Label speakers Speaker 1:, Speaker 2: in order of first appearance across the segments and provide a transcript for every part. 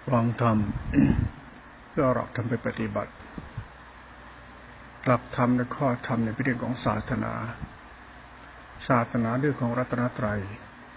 Speaker 1: ฟังธรรม เพื่อหลักธรรมไปปฏิบัติหลักธรรมและข้อธรรมในเรื่องของศาสนาเรื่องของรัตนตรัย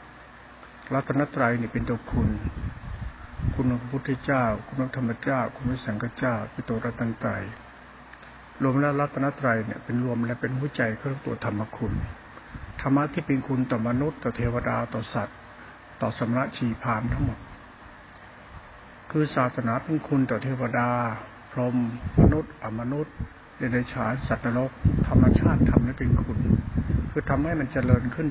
Speaker 1: นี่เป็นตัวคุณของพระพุทธเจ้าคุณของธรรมเจ้าคุณของสังฆเจ้าเป็นตัวรัตนตรัยรวมแล้วรัตนตรัยเนี่ยเป็นรวมและเป็นหัวใจของตัวธรรมคุณธรรมะที่เป็นคุณต่อมนุษย์ต่อเทวดาต่อสัตว์ต่อสมณะชีพราหมณ์ทั้งหมดคือศาสนาเป็นคุณต่อเทวดาพรหมมนุษย์อมนุษย์เดรัจฉานสัตว์นรกธรรมชาติทำให้เป็นคุณคือทำให้มันเจริญขึ้น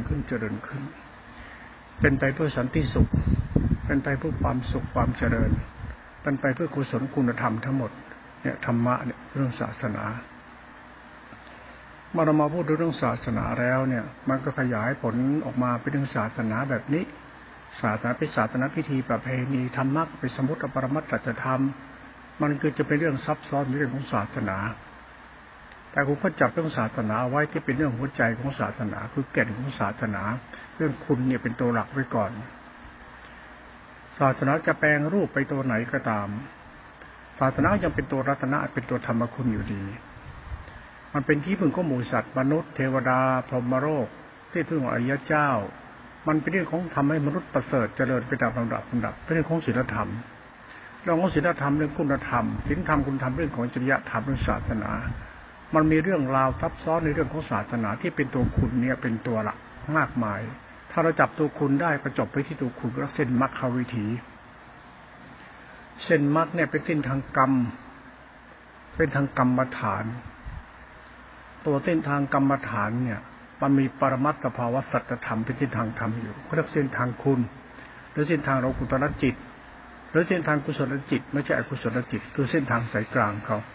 Speaker 1: เป็นไปเพื่อสันติสุขเป็นไปเพื่อความสุขความเจริญเป็นไปเพื่อกุศลคุณธรรมทั้งหมดเนี่ยธรรมะเนี่ยเรื่องศาสนาเมื่อเรามาพูดเรื่องศาสนาแล้วเนี่ยมันก็ขยายผลออกมาเป็นเรื่องศาสนาแบบนี้ศาสนาเป็นศาสนาพิธีประเพณีธรรมะเป็นสมมติปรมัตถธรรมมันคือจะเป็นเรื่องซับซ้อนในเรื่องของศาสนาแต่ผมก็จับเรื่องศาสนาไว้ที่เป็นเรื่องหัวใจของศาสนาคือแก่นของศาสนาเรื่องคุณเนี่ยเป็นตัวหลักไว้ก่อนศาสนาจะแปลงรูปไปตัวไหนก็ตามศาสนายังเป็นตัวรัตนะเป็นตัวธรรมคุณอยู่ดีมันเป็นที่พึ่งของหมู่สัตว์มนุษย์เทวดาพรหมโลกที่พึ่งอริยเจ้ามันเป็นเรื่องของทำให้มนุษย์ประเสริฐเจริญไปตามลำดับเป็นเรื่องของศีลธรรมเรื่องของศีลธรรมเรื่องคุณธรรมศีลธรรมคุณธรรมเรื่องของจริยธรรมเรื่องศาสนามันมีเรื่องราวซับซ้อนในเรื่องของศาสนาที่เป็นตัวคุณเนี่ยเป็นตัวหลักมากมายถ้าเราจับตัวคุณได้ก็จบไปที่ตัวคุณแล้วเส้นมรรควิถีเส้นมรรคเนี่ยเป็นเส้นทางกรรมเป็นทางกรรมฐานตัวเส้นทางกรรมฐานเนี่ยมันมีปรมัตถภาวะสัจธรรมเป็นเส้นทางธรรมอยู่เขาเรียกเส้นทางคุณหรือเส้นทางโลกุตตรจิตหรือเส้นทางกุศลจิตไม่ใช่อกุศลจิตคือเส้นทางสายกลางเขา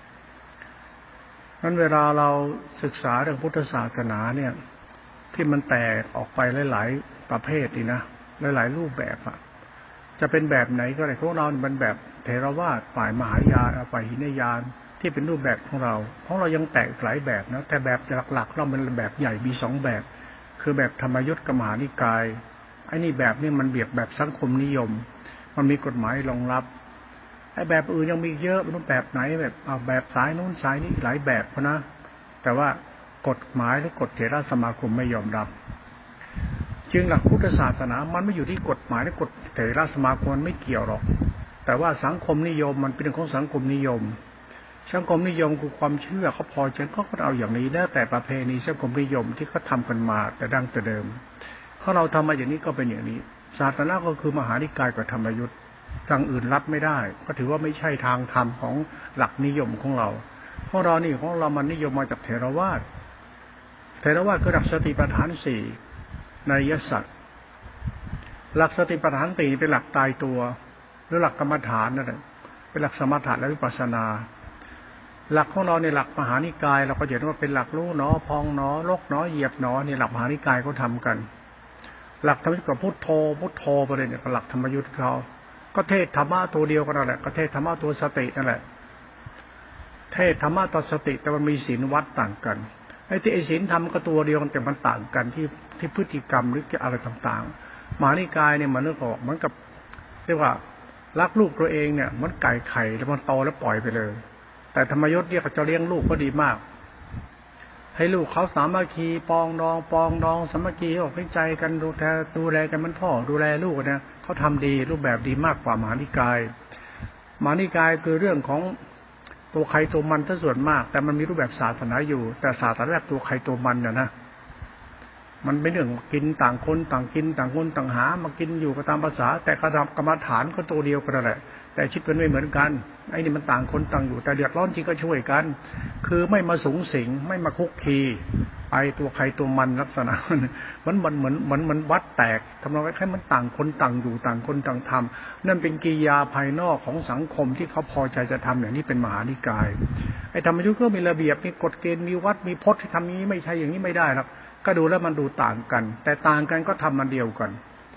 Speaker 1: นั้นเวลาเราศึกษาเรื่องพุทธศาสนาเนี่ยที่มันแตกออกไปหลายๆประเภทนี่นะหลายๆรูปแบบอะจะเป็นแบบไหนก็ได้ของเราเป็นแบบเถรวาทฝ่ายมหายานฝ่ายหินยานที่เป็นรูปแบบของเรายังแตกหลายแบบนะแต่แบบหลักๆเราเป็นแบบใหญ่มี2แบบคือแบบธรรมยุตกับมหานิกายไอ้นี่แบบนี้มันเบียบแบบสังคมนิยมมันมีกฎหมายรองรับไอ้แบบอื่นยังมีเยอะเป็นรูปแบบไหนแบบแบบสายนู้นสายนี้หลายแบบเพราะนะแต่ว่ากฎหมายหรือกฎเถรสมาคมไม่ยอมรับจึงหลักพุทธศาสนามันไม่อยู่ที่กฎหมายหรือกฎเถรสมาคมไม่เกี่ยวหรอกแต่ว่าสังคมนิยมมันเป็นเรื่องของสังคมนิยมสังคมนิยมคือความเชื่อเขาพอใจก็เอาอย่างนี้แล้วแต่ประเพณีสังคมนิยมที่เขาทำกันมาแต่ดั้งแต่เดิมถ้าเราทำมาอย่างนี้ก็เป็นอย่างนี้ศาสนาก็คือมหานิกายกับธรรมยุทธ์ทางอื่นรับไม่ได้ก็ถือว่าไม่ใช่ทางธรรมของหลักนิยมของเราของเรามันนิยมมาจากเถรวาทคือหลักสติปัฏฐาน4ในอริยสัจหลักสติปัฏฐาน4เป็นหลักตายตัวหรือหลักกรรมฐานนั่นแหละเป็นหลักสมถะและวิปัสสนาหลักของเราในหลักมหานิกายเราก็เห็นว่าเป็นหลักรู้หนอพองหนอลกหนอเหยียบหนอนี่หลักมหานิกายเขาทำกันหลักธรรมยุทธ์กับพุทโธไปเลยเนี่ยหลักธรรมยุทธ์เขาก็เทศธรรมะตัวเดียวกันนั่นแหละก็เทศธรรมะตัวสตินั่นแหละเทศธรรมะตัวสติแต่มันมีศีลวัดต่างกันไอ้ที่ศีลธรรมก็ตัวเดียวกันแต่มันต่างกันที่พฤติกรรมหรืออะไรต่างๆมหานิกายเนี่ยมันเรื่องของเหมือนกับเรียกว่ารักลูกตัวเองเนี่ยมันไก่ไข่แล้วมันโตแล้วปล่อยไปเลยแต่ธรรมยุทธ์เนี่ยเขาจะเลี้ยงลูกก็ดีมากให้ลูกเขาสามัคคีปองดองสามัคคีออกให้ใจกันดูแลกันมันพ่อดูแลลูกเนี่ยเขาทำดีรูปแบบดีมากกว่ามหานิกายคือเรื่องของตัวใครตัวมันถ้าส่วนมากแต่มันมีรูปแบบศาสนาอยู่แต่ศาสนาแบบตัวใครตัวมันเนี่ยนะมันเป็นเรื่องกินต่างคนต่างกินต่างคนต่างหามากินอยู่ก็ตามภาษาแต่กรรมฐานก็ตัวเดียวกันแหละแต่ชีวิตเป็นไม่เหมือนกันไอ้นี่มันต่างคนต่างอยู่แต่เดือดร้อนจริงก็ช่วยกันคือไม่มาสูงสิงไม่มาคุกคีไปตัวใครตัวมันลักษณะมันวัดแตกทำนองคล้ายๆมันต่างคนต่างอยู่ต่างคนต่างทำนั่นเป็นกิริยาภายนอกของสังคมที่เขาพอใจจะทำอย่างนี้เป็นมหานิกายไอ้ธรรมยุทธ์ก็มีระเบียบมีกฎเกณฑ์มีวัดมีพจน์ที่ทำนี้ไม่ใช่อย่างนี้ไม่ได้หรอกก็ดูแล้วมันดูต่างกันแต่ต่างกันก็ทำมันเดียวกัน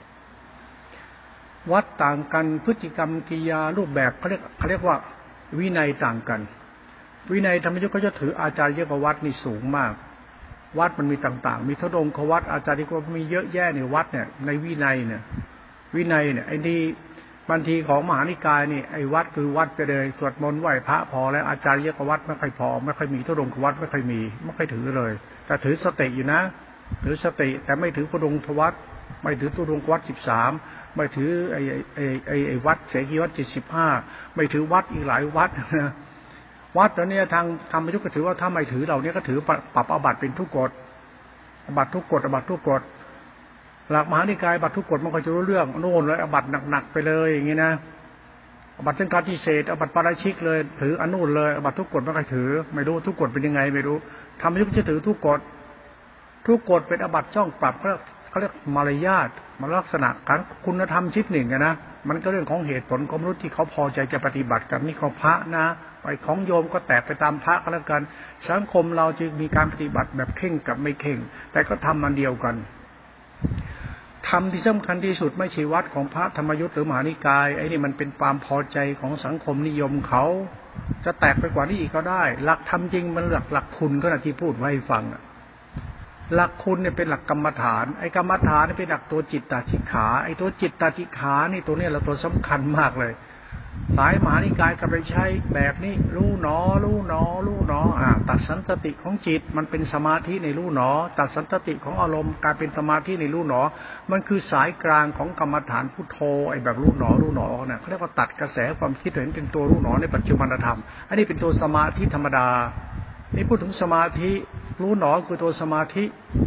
Speaker 1: วัดต่างกันพฤติกรรมกิริยารูปแบบเขาเรียกว่าวินัยต่างกันวินัยธรรมยุทธ์ก็จะถืออาจารย์เยกวัดนี่สูงมากวัดมันมีต่างๆมีทดงควัดอาจารย์ที่ก็มีเยอะแยะในวัดเนี่ยในวินัยเนี่ยไอ้นี่บางทีของมหานิกายนี่ไอ้วัดคือวัดไปเลยสวดมนต์ไหว้พระพอแล้วอาจารย์เยอะกว่าวัดไม่ค่อยพอไม่ค่อยมีทุดงควัดไม่ค่อยมีไม่ค่อยถือเลยแต่ถือสติอยู่นะถือสติแต่ไม่ถือทุดงควัดไม่ถือทุดงควัด13ไม่ถือไอ้วัดเสกีวัด75ไม่ถือวัดอีกหลายวัดนะวัดตอนนี้ทางธรรมยุทธก็ถือว่าถ้าไม่ถือเหล่านี้ก็ถือปรับอาบัติเป็นทุกกฎอาบัติทุกกฎอาบัติทุกกฎหลักมหานิกายบัตรทุกกฎมันก็จะรู้เรื่องโน่นเลยอบัตหนักๆไปเลยอย่างนี้นะอบัตสังฆาทิเศษอบัตปาราชิกเลยถืออนุนเลยอบัตทุกกฎไม่เคยถือไม่รู้ทุกกฎเป็นยังไงไม่รู้ธรรมยุทธจะถือทุกกฎเป็นอบัตช่องปรับเขาเรียกมารยาทมันลักษณะการคุณธรรมชิ้นหนึ่งนะมันก็เรื่องของเหตุผลความรู้ที่เขาพอใจจะปฏิบัติกันนี่เขาพระนะไปของโยมก็แตกไปตามพระก็แล้วกันสังคมเราจึงมีการปฏิบัติแบบเข่งกับไม่เข่งแต่ก็ทำมันเดียวกันธรรมที่สำคัญที่สุดไม่ใช่วัดของพระธรรมยุทธหรือมหานิกายไอ้นี่มันเป็นความพอใจของสังคมนิยมเขาจะแตกไปกว่านี้อีกก็ได้หลักธรรมจริงมันหลักคุณก็นะที่พูดไว้ให้ฟังหลักคุณเนี่ยเป็นหลักกรรมฐานไอ้กรรมฐานนี่เป็นหลักตัวจิตตาชิขาไอ้ตัวจิตตาชิขานี่ตัวนี้เราตัวสำคัญมากเลยสายมหานิกายก็ไปใช้แบบนี้รู้หนอตัดสันตติของจิตมันเป็นสมาธิในรู้หนอตัดสันตติของอารมณ์การเป็นสมาธิในรู้หนอมันคือสายกลางของกรรมฐานพุทโธไอ้แบบรู้หนอเนี่ยเขาเรียกว่าตัดกระแสความคิดเห็นเป็นตัวรู้หนอในปัจจุบันธรรมอันนี้เป็นตัวสมาธิธรรมดานี่พูดถึงสมาธิรู้หนอคือตัวสมาธิ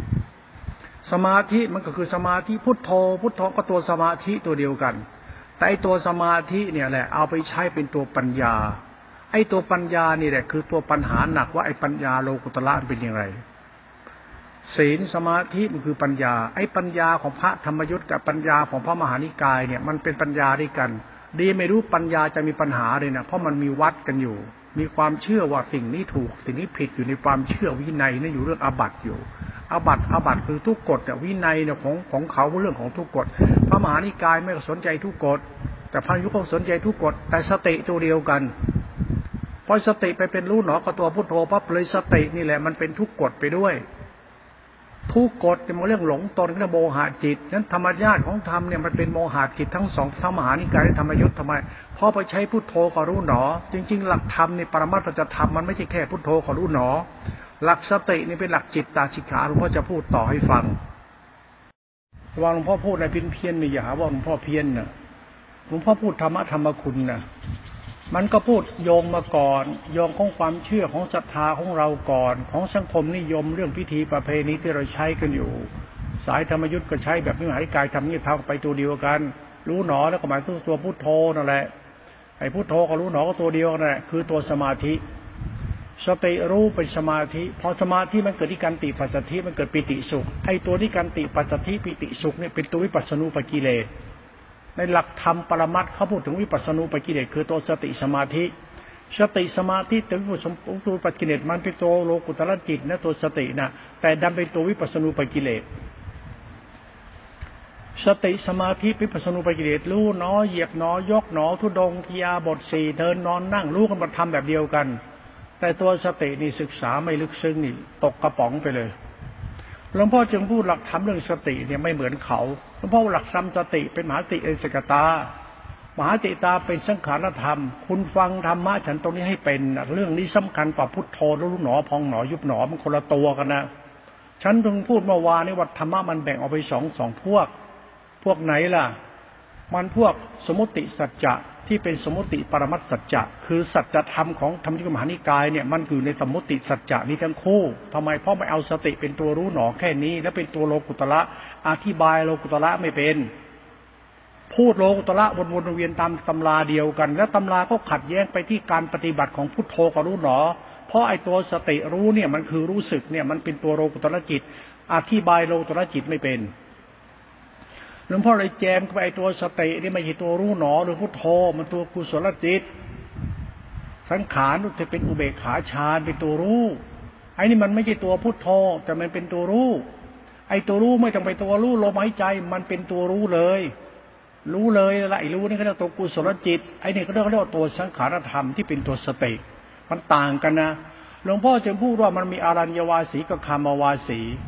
Speaker 1: มันก็คือสมาธิพุทโธก็ตัวสมาธิตัวเดียวกันแต่ไอ้ตัวสมาธิเนี่ยแหละเอาไปใช้เป็นตัวปัญญาไอ้ตัวปัญญานี่แหละคือตัวปัญหาหนักว่าไอ้ปัญญาโลกุตระเป็นยังไงศีลสมาธิมันคือปัญญาไอ้ปัญญาของพระธรรมยุทธกับปัญญาของพระมหานิกายเนี่ยมันเป็นปัญญาด้วยกันดีไม่รู้ปัญญาจะมีปัญหาเลยนะเพราะมันมีวัดกันอยู่มีความเชื่อว่าสิ่งนี้ถูกสิ่งนี้ผิดอยู่ในความเชื่อวินัยนั่นอยู่เรื่องอาบัติอยู่อาบัติคือทุกกฎวินัยเนี่ยของเขาเรื่องของทุกกฎพระมหานิกายไม่สนใจทุกกฎแต่พระยุคก็สนใจทุกกฎแต่สติตัวเดียวกันพอสติไปเป็นรู้หนอกับตัวพุทโธปั๊บเลยสตินี่แหละมันเป็นทุกกฎไปด้วยทุกกฎเป็นเรื่องหลงตนกับโมหะจิตนั้นธรรมญาติของธรรมเนี่ยมันเป็นโมหะจิตทั้งสองทั้งมหานิกายและธรรมยุทธทำไมพอไปใช้พุทโธกับรู้หนอจริงๆหลักธรรมในปรมัตถธรรมมันไม่ใช่แค่พุทโธกับรู้หนอหลักสตินี่เป็นหลักจิตตาชิขาหลวงพ่อจะพูดต่อให้ฟังว่าหลวงพ่อพูดอะไรเพี้ยนๆนี่อย่าหาว่าหลวงพ่อเพี้ยนนะหลวงพ่อพูดธรรมคุณนะมันก็พูดโยงมาก่อนโยงของความเชื่อของศรัทธาของเราก่อนของสังคมนิยมเรื่องพิธีประเพณีที่เราใช้กันอยู่สายธรรมยุทธก็ใช้แบบมหานิกายทำนี่ทำไปตัวเดียวกันรู้หนอแล้วก็หมายถึงตัวพุทโธนั่นแหละไอ้พุทโธกับรู้หนอก็ตัวเดียวนั่นแหละคือตัวสมาธิสติรู้เป็นสมาธิพอสมาธิมันเกิดที่การติปัสสัทธิมันเกิดปิติสุขไอ้ตัวที่การติปัสสัทธิปิติสุขเนี่ยเป็นตัววิปัสสนูปกิเลสในหลักธรรมปรมัตถ์เขาพูดถึงวิปัสสนูปกิเลสคือตัวสติสมาธิแต่วิปัสสนูปกิเลสมันเป็นตัวโลกุตระจิตนะตัวสตินะแต่ดันเป็นตัววิปัสสนูปกิเลสสติสมาธิวิปัสสนูปกิเลสรู้หนอเหยียบหนอยกหนอทุดงกิริยาบท4เดินนอนนั่งรู้กันมาทำแบบเดียวกันแต่ตัวสตินี่ศึกษาไม่ลึกซึ้งนี่ตกกระป๋องไปเลยหลวงพ่อจึงพูดหลักธรรมเรื่องสติเนี่ยไม่เหมือนเขาหลวงพ่อหลักสัมสติเป็นมหาสติเอสกตามหาสติตาเป็นสังขารธรรมคุณฟังธรรมะฉันตรงนี้ให้เป็นเรื่องนี้สำคัญกว่าพุทโธรู้หนอพองหนอยุบหนอมันคนละตัวกันนะฉันถึงพูดเมื่อวานนี้ว่าธรรมะมันแบ่งออกไปสองพวกไหนล่ะมันพวกสมมติสัจจะที่เป็นสมมติปรมัตถสัจจะคือสัจธรรมของธรรมยุทธมหานิกายเนี่ยมันอยู่ในสมมติสัจจะนี้ทั้งคู่ทำไมเพราะไม่เอาสติเป็นตัวรู้หนอแค่นี้แล้วเป็นตัวโลกุตระอธิบายโลกุตระไม่เป็นพูดโลกุตระวนเวียนตามตำราเดียวกันแล้วตำราก็ขัดแย้งไปที่การปฏิบัติของพุทโธกับรู้หนอเพราะไอ้ตัวสติรู้เนี่ยมันคือรู้สึกเนี่ยมันเป็นตัวโลกุตระจิตอธิบายโลกุตระจิตไม่เป็นหลวงพ่อเลยแจมไปตัวสตินี่ไม่ใช่ตัวรู้หนอหรือพุทโธมันตัวกุศลจิตสังขารจะเป็นอุเบกขาฌานเป็นตัวรู้ไอ้นี่มันไม่ใช่ตัวพุทโธแต่มันเป็นตัวรู้ไอ้ตัวรู้ไม่ต้องไปตัวรู้ลมหายใจมันเป็นตัวรู้เลยละไอ้รู้นี่เขาเรียกตัวกุศลจิตไอ้นี่เขาเรียกว่าตัวสังขารธรรมที่เป็นตัวสติมันต่างกันนะหลวงพ่อจึงพูดว่ามันมีอารัญญวาสีกับคามวาสี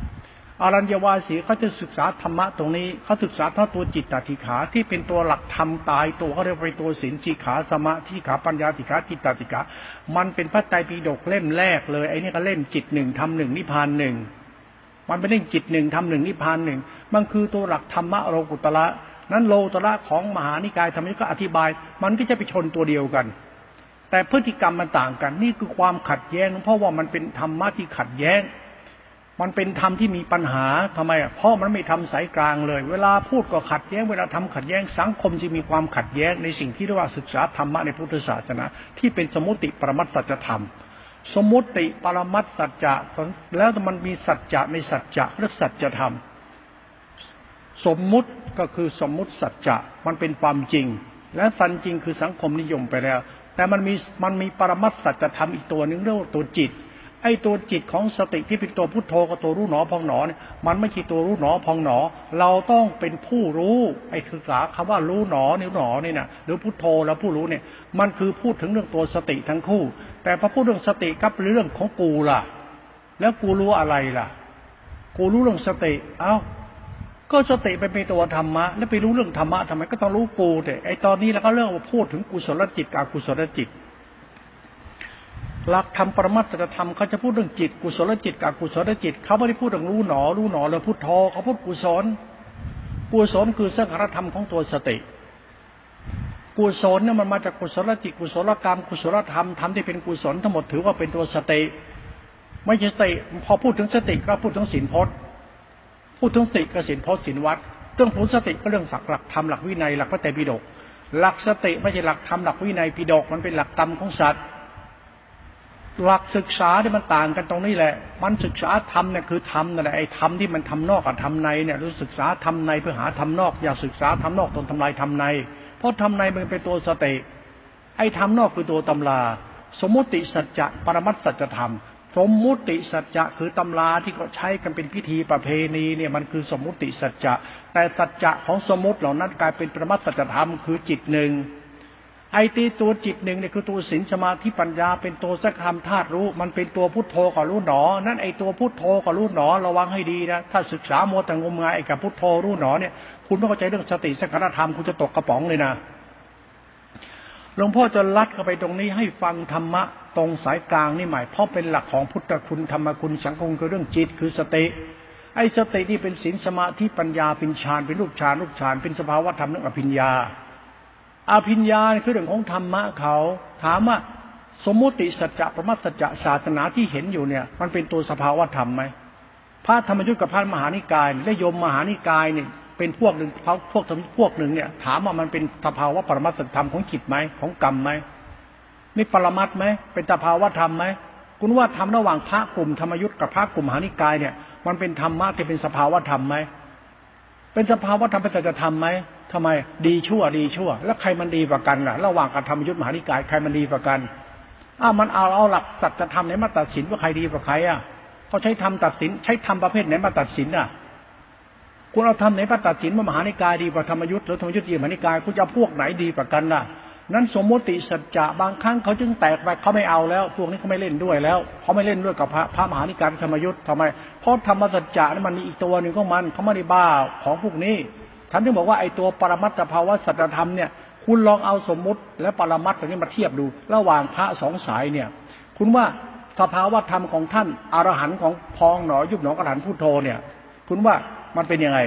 Speaker 1: อรัญญวาสีเขาจะศึกษาธรรมะตรงนี้เขาศึกษาทั้งตัวจิตตติขาที่เป็นตัวหลักธรรมตายตัวเขาเรียกไปตัวศีลสิกขาสมาธิขาปัญญาสิกขาจิตตติขามันเป็นพระไตรปิฎกเล่มแรกเลยไอ้นี่ก็เล่มจิตหนึ่งธรรมหนึ่งนิพพานหนึ่งมันเป็นเรื่องจิตหนึ่งธรรมหนึ่งนิพพานหนึ่งมันคือตัวหลักธรรมะโลกุตระนั้นโลกุตระของมหานิกายธรรมยุทธก็อธิบายมันก็จะไปชนตัวเดียวกันแต่พฤติกรรมมันต่างกันนี่คือความขัดแย้งเพราะว่ามันเป็นธรรมะที่ขัดแย้งมันเป็นธรรมที่มีปัญหาทำไมเพราะมันไม่ทำสายกลางเลยเวลาพูดก็ขัดแย้งเวลาทำขัดแย้งสังคมจะมีความขัดแย้งในสิ่งที่เรียกว่าศึกษาธรรมะในพุทธศาสนาที่เป็นสมมุติปรมัตถสัจธรรมสมมุติปรมัตถสัจจะแล้วมันมีสัจจะในสัจจะเรียกสัจธรรมสมมุติก็คือสมมุติสัจจะมันเป็นความจริงและสันจริงคือสังคมนิยมไปแล้วแต่มันมีปรมัตถสัจธรรมอีกตัวนึงเรียกว่าตัวจิตไอ้ตัวจิตของสติที่เป็นตัวพุทโธกับตัวรู้หนอพองหนอเนี่ยมันไม่ใช่ตัวรู้หนอพองหนอเราต้องเป็นผู้รู้ไอ้ศึกษาคำว่ารู้หนอนิ้วหนอนี่นะหรือพุทโธแล้วผู้รู้เนี่ยมันคือพูดถึงเรื่องตัวสติทั้งคู่แต่พอพูดเรื่องสติกับเรื่องของกูล่ะแล้วกูรู้อะไรล่ะกูรู้เรื่องสติเอ้าก็สติเป็นตัวธรรมะแล้วไปรู้เรื่องธรรมะทำไมก็ต้องรู้กูแต่ไอ้ตอนนี้เราก็เรื่องว่าพูดถึงกุศลจิตกับอกุศลจิตหลักธรรมปรมัตถธรรมเขาจะพูดเรื่องจิตกุศลจิตกับอกุศลจิตเขาไม่ได้พูดเรื่องรู้หนอแล้วพุทโธเขาพูดกุศลคือสังขารธรรมของตัวสติกุศลเนี่ยมันมาจากกุศลจิตกุศลกรรมกุศลธรรมธรรมที่เป็นกุศลทั้งหมดถือว่าเป็นตัวสติไม่ใช่สติพอพูดถึงสติก็พูดถึงศีลพจน์พูดถึงสติก็ศีลพจน์ศีลวัดเรื่องผลสติก็เรื่องหลักธรรมหลักวินัยหลักพระไตรปิฎกหลักสติไม่ใช่หลักธรรมหลักวินัยปิฎกมันเป็นหลักธรรมของสัตว์หลักศึกษาที่มันต่างกันตรงนี้แหละมันศึกษาธรรมเนี่ยคือธรรมนั่นแหละไอ้ธรรมที่มันทำนอกกับธรรมในเนี่ยรู้ศึกษาธรรมในเพื่อหาธรรมนอกอย่าศึกษาธรรมนอกจนทำลายธรรมในเพราะธรรมในมันเป็นตัวสติไอ้ธรรมนอกคือตัวตำราสมมุติสัจจะปรมัตถสัจธรรมสมมุติสัจจะคือตำราที่เขาใช้กันเป็นพิธีประเพณีเนี่ยมันคือสมมุติสัจจะแต่สัจจะของสมมุติเหล่านั้นกลายเป็นปรมัตถสัจธรรมคือจิตหนึ่งไอ้ที่ตัวจิตหนึ่งเนี่ยคือตัวศีลสมาธิปัญญาเป็นตัวสักธรรมธาตุรู้มันเป็นตัวพุทโธกับรู้หนอนั่นไอ้ตัวพุทโธกับรู้หนอระวังให้ดีนะถ้าศึกษาโมแต่งมงายไอ้กับพุทโธรู้หนอเนี่ยคุณไม่เข้าใจเรื่องสติสังขารธรรมคุณจะตกกระป๋องเลยนะหลวงพ่อจะลัดเข้าไปตรงนี้ให้ฟังธรรมะตรงสายกลางนี่หมายเพราะเป็นหลักของพุทธคุณธรรมคุณสังฆคุณคือเรื่องจิตคือสติไอ้สติที่เป็นศีลสมาธิปัญญาเป็นฌานเป็นรูปฌานเป็นสภาวะธรรมเรื่องอภิญญาคือเรื่องของธรรมะเขาถามว่าสมมุติสัจจะปรมัตถสัจจะศาสนาที่เห็นอยู่เนี่ยมันเป็นตัวสภาวะธรรมไหมพระธรรมยุทธกับพระมหานิกายและโยมมหานิกายเนี่ยเป็นพวกหนึ่งพวกหนึ่งเนี่ยถามว่ามันเป็นสภาวะปรมัตถธรรมของจิตไหมของกรรมไหมนี่ปรมัตถ์ไหมเป็นสภาวะธรรมไหมคุณว่าธรรมระหว่างพระกลุ่มธรรมยุทธกับพระกลุ่มมหานิกายเนี่ยมันเป็นธรรมะที่เป็นสภาวะธรรมไหมเป็นสภาวะธรรมเป็นสัจธรรมไหมทำไมดีชั่วแล้วใครมันดีกว่ากันล่ะระหว่างกับธรรมยุทธมหานิกายใครมันดีกว่ากันมันเอาหลักสัจธรรมไหนมาตัดสินว่าใครดีกว่าใครเขาใช้ธรรมตัดสินใช้ธรรมประเภทไหนมาตัดสินคุณเอาธรรมไหนมาตัดสินว่ามหานิกายดีกว่าธรรมยุทธหรือธรรมยุทธดีกว่ามหานิกายคุณจะพวกไหนดีกว่ากันล่ะนั้นสมมติสัจจะบางครั้งเขาจึงแตกไปเขาไม่เอาแล้วพวกนี้เขาไม่เล่นด้วยแล้วเขาไม่เล่นด้วยกับพระมหานิกายธรรมยุทธทำไมเพราะธรรมสัจจะนี่มันมีอีกตัวหนึ่งของมันเขาไม่ได้บ้าของพวกนี้ท่านจึงบอกว่าไอ้ตัวปรมัตถภาวะสัจธรรมเนี่ยคุณลองเอาสมมุติและปรมัตถตัวนี้มาเทียบดูระหว่างพระสองสายเนี่ยคุณว่าสภาวะธรรมของท่านอรหันต์ของพองหนอยุบหนอกระหันพุทโธเนี่ยคุณว่ามันเป็นยังไง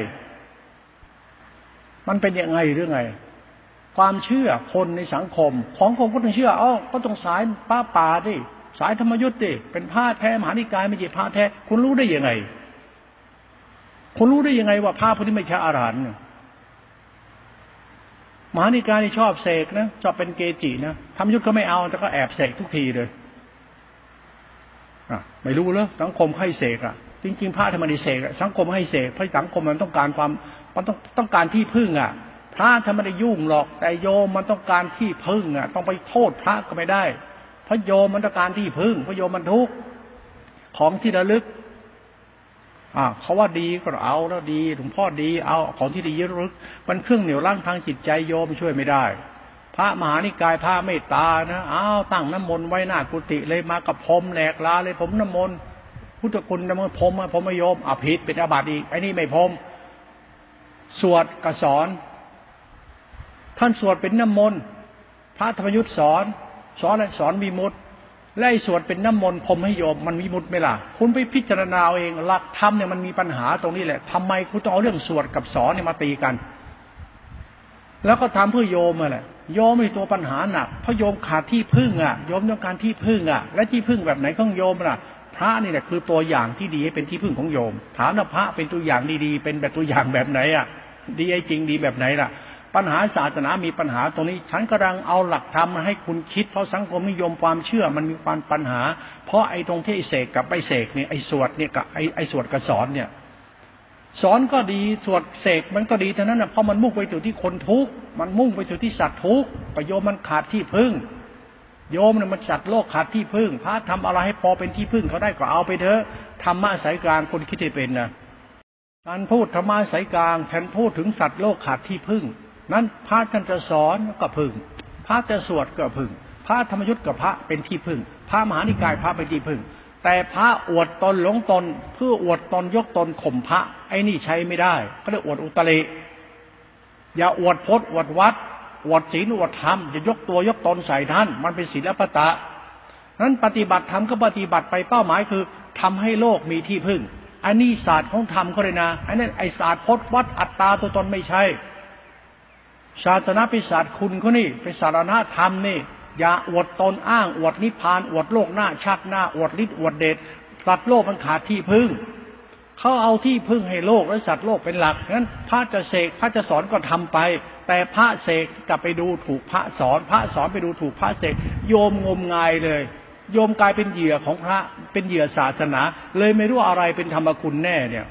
Speaker 1: หรือไงความเชื่อคนในสังคมของคนก็ต้องเชื่อก็ต้องสายป้าป่าดิสายธรรมยุทธ์ดิเป็นพระแท้มหานิกายไม่ใช่พระแท้คุณรู้ได้ยังไงว่าพระพวกนี้ไม่ใช่อรหันต์มหานิกายนี่ชอบเสกนะชอบเป็นเกจินะธรรมยุทธ์ก็ไม่เอาแต่ก็แอบเสกทุกทีเลยไม่รู้เหรอสังคมให้เสกจริงๆพระธรรมนิเสกสังคมให้เสกเพราะสังคมมันต้องการต้องการที่พึ่งพระท่านไม่ได้ยุ่งหรอกแต่โยมมันต้องการที่พึ่งต้องไปโทษพระก็ไม่ได้เพราะโยมมันต้องการที่พึ่งเพราะโยมมันทุกข์ของที่ระลึกเขาว่าดีก็เอาแล้วดีหลวงพ่อดีเอาของที่ดีระลึกมันเครื่องเหนี่ยวรั้งทางจิตใจโยมช่วยไม่ได้พระมหานิกายพระเมตตานะตั้งน้ำมนต์ไว้หน้ากุฏิเลยมากับพรมแหลกลาเลยผมน้ำมนต์พุทธคุณนะมันพรมพรมโยมผิดเป็นอาบัติอีกไอ้นี่ไม่พรมสวดกับสอนท่านสวดเป็นน้ำมนต์พระธรรมยุทธสอนอะไรสอนวิมุตติไล่สวดเป็นน้ำมนต์พรมให้โยมมันวิมุตติไหมล่ะคุณไปพิจารณาเองหลักธรรมเนี่ยมันมีปัญหาตรงนี้แหละทำไมคุณต้องเอาเรื่องสวดกับสอนเนี่ยมาตีกันแล้วก็ทำเพื่อโยมอะไรโยมเป็นตัวปัญหาหนักเพราะโยมขาดที่พึ่งโยมต้องการที่พึ่งและที่พึ่งแบบไหนของโยมล่ะพระนี่แหละคือตัวอย่างที่ดีให้เป็นที่พึ่งของโยมถามว่าพระเป็นตัวอย่างดีๆเป็นแบบตัวอย่างแบบไหนดีจริงดีแบบไหนล่ะปัญหาศาสนามีปัญหาตรงนี้ฉันกำลังเอาหลักธรรมมาให้คุณคิดเพราะสังคมนิยมความเชื่อมันมีความปัญหาเพราะไอ้ตรงที่เสกกับไม่เสกเนี่ยไอ้สวดเนี่ยกับไอ้สวดกับสอนเนี่ยสอนก็ดีสวดเสกมันก็ดีเท่านั้นเพราะมันมุ่งไปสู่ที่คนทุกข์มันมุ่งไปสู่ที่สัตว์ทุกข์ประโยชน์มันขาดที่พึ่งโยมเนี่ยมันสัตว์โลกขาดที่พึ่งพระทำอะไรให้พอเป็นที่พึ่งเขาได้ก็เอาไปเถอะธรรมะสายกลางคนคิดให้เป็นนะการพูดธรรมะสายกลางฉันพูดถึงสัตว์โลกขาดที่พึ่งนั้นพระท่านจะสอนก็พึ่งพระจะสวดก็พึ่งพระธรรมยุทธกับพระเป็นที่พึ่งพระมหานิกายพระเป็นที่พึ่งแต่พระอวดตนหลงตนเพื่ออวดตนยกตนข่มพระไอ้นี่ใช้ไม่ได้ก็เรียกอวดอุตริอย่าอวดพจน์อวดวัดอวดศีลอวดธรรมจะยกตัวยกตนใส่ท่านมันเป็นศีลปตะนั้นปฏิบัติธรรมก็ปฏิบัติไปเป้าหมายคือทำให้โลกมีที่พึ่งอันนี้ศาสตร์ของธรรมก็เลยนะอันนั้นไอศาสตร์พจน์วัดอัตตาตัวตนไม่ใช่ศาสนาเป็นศาสตร์คุณเขานี่เป็นศาสนาธรรมนี่อย่าอวดตนอ้างอวดนิพพานอวดโลกหน้าชาติหน้าอวดฤทธิ์อวดเดชสัตว์โลกมันขาดที่พึ่งเขาเอาที่พึ่งให้โลกและสัตว์โลกเป็นหลักงั้นพระจะเสกพระจะสอนก็ทำไปแต่พระเสกกลับไปดูถูกพระสอนพระสอนไปดูถูกพระเสกโยมงมงายเลยโยมกลายเป็นเหยื่อของพระเป็นเหยื่อศาสนาเลยไม่รู้อะไรเป็นธรรมคุณแน่เนี่ย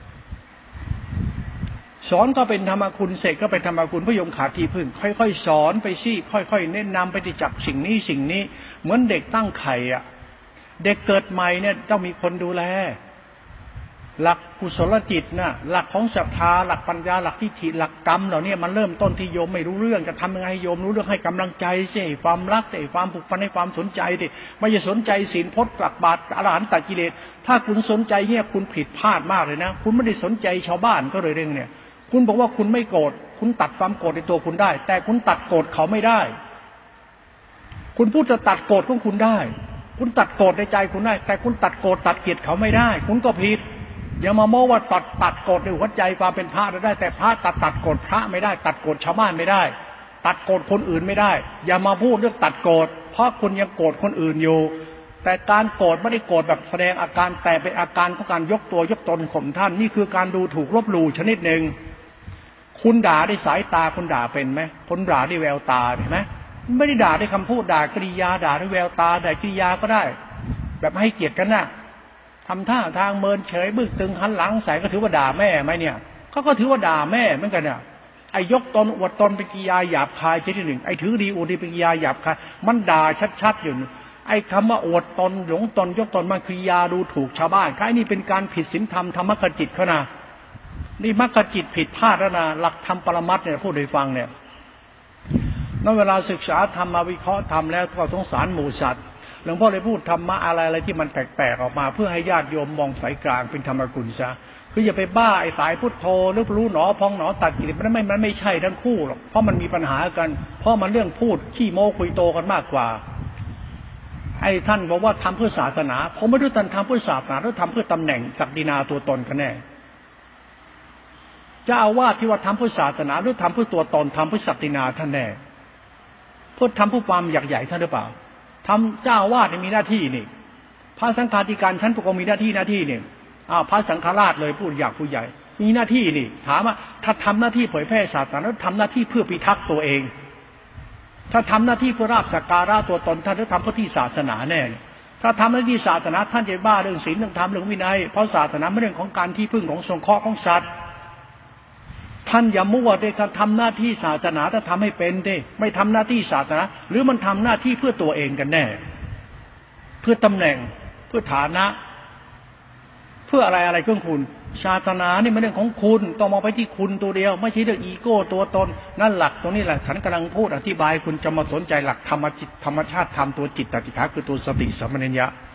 Speaker 1: สอนก็เป็นธรรมคุณเสกก็เป็นธรรมคุณพระโยมขาดที่พึ่งค่อยๆสอนไปสิค่อยๆแนะนำไปที่จับสิ่งนี้เหมือนเด็กตั้งไข่เด็กเกิดใหม่เนี่ยต้องมีคนดูแลหลักกุศลจิตนะหลักของศรัทธาหลักปัญญาหลักทิฏฐิหลักกรรมเหล่านี้มันเริ่มต้นที่โยมไม่รู้เรื่องจะทำยังไงให้โยมรู้เรื่องให้กำลังใจสิให้ความรักให้ความผูกพันให้ความสนใจดิไม่ใช่สนใจศีลพจน์ตักบาตรอรหันตกิเลสถ้าคุณสนใจเนี่ยคุณผิดพลาดมากเลยนะคุณไม่ได้สนใจชาวบ้านก็เลยเรื่องเนี่ยคุณบอกว่าคุณไม่โกรธคุณตัดความโกรธในตัวคุณได้แต่คุณตัดโกรธเขาไม่ได้คุณพูดจะตัดโกรธของคุณได้คุณตัดโกรธในใจคุณได้แต่คุณตัดโกรธตัดเกลียดเขาไม่ได้คุณก็ผิดอย่ามาโม้ว่าตัดโกรธในหัวใจความเป็นพระได้แต่พระตัดโกรธพระไม่ได้ตัดโกรธชาวบ้านไม่ได้ตัดโกรธคนอื่นไม่ได้อย่ามาพูดเรื่องตัดโกรธเพราะคุณยังโกรธคนอื่นอยู่แต่การโกรธไม่ได้โกรธแบบแสดงอาการแต่เป็นอาการของการยกตัวยกตนข่มท่านนี่คือการดูถูกลบหลู่ชนิดหนึ่งคุณด่าด้วยสายตาคุณด่าเป็นไหมคนด่าด้วยแววตาเห็นไหมไม่ได้ด่าด้วยคำพูดด่ากริยาด่าด้วยแววตาด่ากริยาก็ได้แบบให้เกียรติกันนะทำท่าทางเมินเฉยบึ้งตึงหันหลังใส่ก็ถือว่าด่าแม่ไหมเนี่ยก็ถือว่าด่าแม่เหมือนกันเนี่ยไอ้ยกตนอวดตนเป็นกิริยาหยาบคายชนิดหนึ่งไอ้ถือดีอวดดีเป็นกิริยาหยาบคายมันด่าชัดๆอยู่ไอ้คำว่าอวดตนหลงตนยกตนมันกิริยาดูถูกชาวบ้านไอ้นี่เป็นการผิดศีลธรรมธรรมกจิตเขานะนี่มรรคจิตผิดพลาดแล้วนะหลักธรรมปรมัตถ์เนี่ยพูดให้ฟังเนี่ยนั่นเวลาศึกษาธรรมมาวิเคราะห์ธรรมแล้วก็สงสารหมู่สัตว์หลวงพ่อเลยพูดธรรมะอะไรที่มันแปลกๆออกมาเพื่อให้ญาติโยมมองสายกลางเป็นธรรมกุลซะคืออย่าไปบ้าไอ้สายพุทโธหรือรู้หนอพองหนอตัดกิเลสมันไม่ใช่ทั้งคู่หรอกเพราะมันมีปัญหากันเพราะมันเรื่องพูดขี้โม้คุยโตกันมากกว่าไอ้ท่านบอกว่าทำเพื่อศาสนาผมไม่รู้ท่านทำเพื่อศาสนาหรือทำเพื่อตำแหน่งศักดินาตัวตนกันแน่เจ้าอาวาสที่ว่าทำเพื่อศาสนาหรือทำเพื่อตัวตนทำเพื่อศักดินาท่านแน่เพื่อทำเพื่อความอยากใหญ่ท่านหรือเปล่าทำเจ้าอาวาสมีหน้าที่นี่พระสังฆาธิการชั้นปกครองมีหน้าที่นี่พระสังฆราชเลยผู้อยากผู้ใหญ่มีหน้าที่นี่ถามว่าถ้าทำหน้าที่เผยแพร่ศาสนาแล้วทำหน้าที่เพื่อพิทักษ์ตัวเองถ้าทำหน้าที่เพื่อราบสักการะตัวตนท่านจะทำเพื่อที่ศาสนาแน่ถ้าทำหน้าที่ศาสนาท่านจะบ้าเรื่องศีลเรื่องธรรมเรื่องวินัยเพราะศาสนาไม่เรื่องของการที่พึ่งของสงเคราะห์ของสัตว์ท่านอย่ามั่วเด็กทำหน้าที่ศาสนาถ้าทำให้เป็นเด้ไม่ทำหน้าที่ศาสนาหรือมันทำหน้าที่เพื่อตัวเองกันแน่เพื่อตำแหน่งเพื่อฐานะเพื่ออะไรเครื่องคุณศาสนานี่มันเรื่องของคุณต้องมองไปที่คุณตัวเดียวไม่ใช่เรื่องอีโก้ตัวตนนั่นหลักตรงนี้แหละฉันกำลังพูดอธิบายคุณจะมาสนใจหลักธรรมจิตธรรมชาติธรรมตัวจิตตติขาคือตัวสติสัมปชัญญะ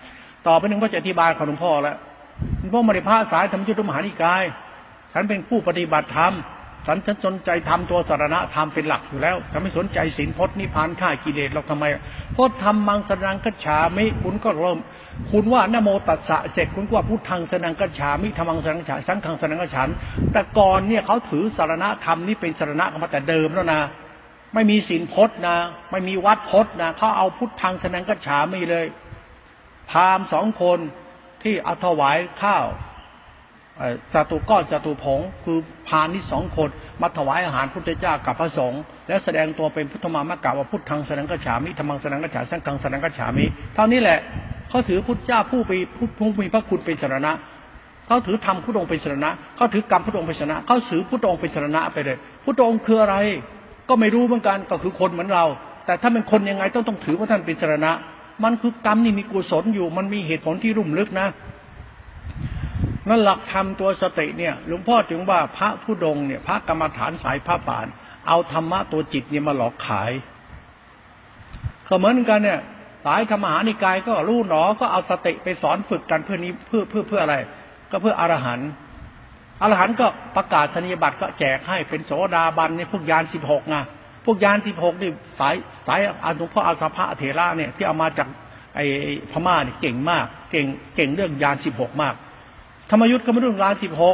Speaker 1: ต่อไปหนึ่งก็จะอธิบายของหลวงพ่อแล้วหลวงพ่อไม่ได้พระสายธรรมยุทธมหานิกายฉันเป็นผู้ปฏิบัติธรรมฉันสนใจทำตัวสารณะธรรมเป็นหลักอยู่แล้วฉันไม่สนใจศีลพจน์นิพพานฆ่ากิเลสเราทำไมพจน์ธรรมังสนังกัจฉามิคุณก็เริ่มคุณว่านะโมตัสสะเสร็จคุณก็ว่าพุทธังสนังกัจฉามิธัมมังสนังกัจฉาสังฆังสนังกัจฉาแต่ก่อนเนี่ยเขาถือสารณะธรรมนี่เป็นสารณะมาแต่เดิมแล้วนะไม่มีศีลพจน์นะไม่มีวัดพจน์นะเขาเอาพุทธังสนังกัจฉามิเลยพราหมณ์2 คนที่เอาถวายข้าวจตุก้อนจตุผงคือพราหมณ์นี่2 คนมาถวายอาหารพุทธเจ้ากับพระสงฆ์และแสดงตัวเป็นพุทธมามกะว่าพุทธังสนังกัจฉามิธัมมังสนังกัจฉาสังฆังสนังกัจฉามิเท่านี้แหละเขาถือพุทธเจ้าผู้มีพระคุณเป็นสรณะเขาถือธรรมพุทธองค์เป็นสรณะเขาถือกรรมพุทธองค์เป็นสรณะเขาถือพุทธองค์เป็นสรณะไปเลยพุทธองค์คืออะไรก็ไม่รู้เหมือนกันก็คือคนเหมือนเราแต่ถ้าเป็นคนยังไงต้องถือว่าท่านเป็นสรณะมันคือกรรมนี่มีกุศลอยู่มันมีเหตุผลที่ลุ่มลึกนะนั่นหลักธรรมตัวสติเนี่ยหลวงพ่อถึงว่าพระธุดงค์เนี่ยพระกรรมฐานสายพระป่านเอาธรรมะตัวจิตเนี่ยมาหลอกขายก็เหมือนกันเนี่ยสายธรรมหานิกายก็รู้หนอก็เอาสติไปสอนฝึกกันเพื่อนี้เพื่ออะไรก็เพื่ออรหันต์ก็ประกาศธนิยบัตรก็แจกให้เป็นโสดาบันเนี่ยพวกยาน16ไงพวกยาน16นี่สายหลวงพ่ออาสาภะเถระเนี่ยที่เอามาจากไอ้พม่าเนี่ยเก่งมากเก่งเรื่องยาน16มากธรรมยุทธ์ก็ไม่รู้ยาน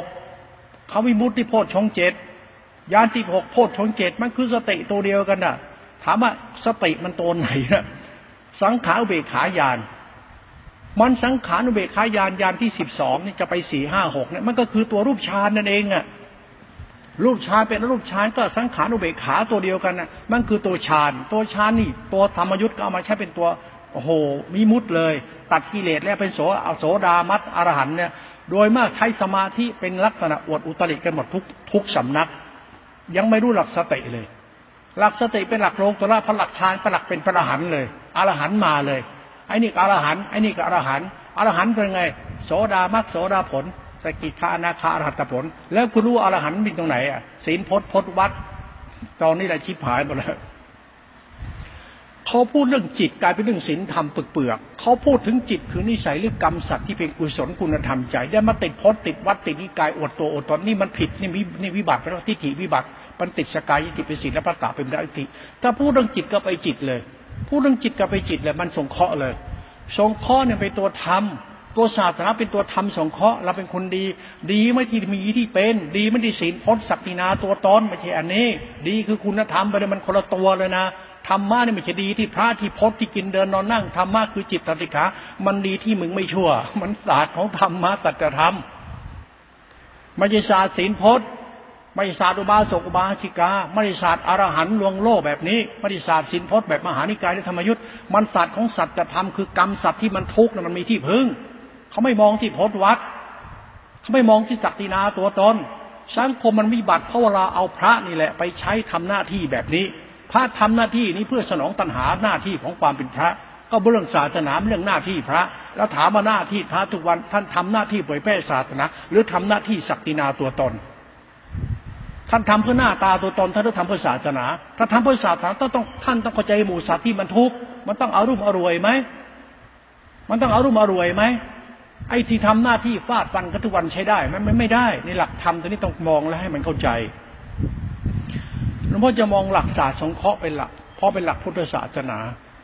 Speaker 1: 16เขาวิมุตติโพชฌงค์7ยาน16โพชฌงค์7มันคือสติตัวเดียวกันน่ะถามว่าสติมันตัวไหนนะสังขารอุเบกขายานมันสังขารอุเบกขายานยานที่12นี่จะไป4 5 6เนี่ยมันก็คือตัวรูปฌานนั่นเองอ่ะรูปฌานเป็นรูปฌานก็สังขารอุเบกขาตัวเดียวกันน่ะมันคือตัวฌานนี่ตัวธรรมยุทธ์ก็เอามาใช้เป็นตัวโอ้โหวิมุตติเลยตัดกิเลสแล้วเป็นโสดามัตอรหันต์เนี่ยโดยมากใช้สมาธิเป็นลักษณะอวดอุตริกันหมดทุกสำนักยังไม่รู้หลักสติเลยหลักสติเป็นหลักโลกุตระพระหลักฌานเป็นหลักเป็นพระอรหันต์เลยอรหันต์มาเลยไอ้นี่ก็อรหันต์ไอ้นี่ก็อรหันต์เป็นไงโสดามัคโสดาผลสกิทาอนาคาอรหัตผลแล้วคุณรู้อรหันต์เป็นตรงไหนอ่ะศีลพจน์วัดตอนนี้แหละชิบหายหมดแล้วเขาพูดเรื่องจิตกลายเป็นเรื่องศีลธรรมเปลือกเขาพูดถึงจิตคือนิสัยหรือกรรมสัตว์ที่เป็นกุศลคุณธรรมใจได้มาติดพจน์ติดวัดติดนิกายอวดตัวอวดตนนี่มันผิดนี่วิบัติเป็นทิฏฐิวิบัติมันติดสกายติเป็นศีลและประกาศเป็นได้ทิฏฐิถ้าพูดเรื่องจิตก็ไปจิตเลยพูดเรื่องจิตก็ไปจิตเลยมันสงเคราะห์เลยสงเคราะห์เนี่ยเป็นตัวธรรมตัวศาสนาเป็นตัวธรรมสงเคราะห์เราเป็นคนดีไม่ที่มีที่เป็นดีไม่ได้ศีลพจน์ศักดินาตัวตนไม่ใช่อันนี้ดีคือคุณธรรมไปเลยมันคนละตัวเลยนะธรรมะนี่ไม่ใช่ดีที่พระที่พจน์ที่กินเดินนอนนั่งธรรมะคือจิตติขามันดีที่มึงไม่ชั่วมันศาสตร์ของธรรมะสัจธรรมไม่ใช่ศาสตร์ศีลพจน์ไม่ใช่ศาสตร์อุบาสกอุบาสิกาไม่ใช่ศาสตร์อรหันต์ลวงโลกแบบนี้ไม่ใช่ศาสตร์ศีลพจน์แบบมหานิกายและธรรมยุทธ์มันศาสตร์ของสัจธรรมคือกรรมสัตว์ที่มันทุกข์มันมีที่พึ่งเขาไม่มองที่พจน์วัดเขาไม่มองที่ศักดินาตัวตนสังคมมันวิบัติเพราะเวลาเอาพระนี่แหละไปใช้ทำหน้าที่แบบนี้พระทำหน้าที่นี้เพื่อสนองตัณหาหน้าที่ของความเป็นพระก็เรื่องศาสนาเรื่องหน้าที่พระแล้วถามว่าหน้าที่พระทุกวันท่านทำหน้าที่เผยแพร่ศาสนาหรือทำหน้าที่ศักดินาตัวตนท่านทำเพื่อหน้าตาตัวตนท่านต้องทำเพื่อศาสนาถ้าทำเพื่อศาสนาท่านต้องเข้าใจหมู่สัตว์ที่มันทุกข์มันต้องเอารุ่มอรวยไหมมันต้องเอารุ่มอรวยไหมไอ้ที่ทำหน้าที่ฟาดฟันกันทุกวันใช้ได้มันไม่ได้ในหลักธรรมตัวนี้ต้องมองและให้มันเข้าใจหลวงพ่อจะมองหลักศาสตร์สงเคราะห์เป็นหลักเพราะเป็นหลักพุทธศาสนา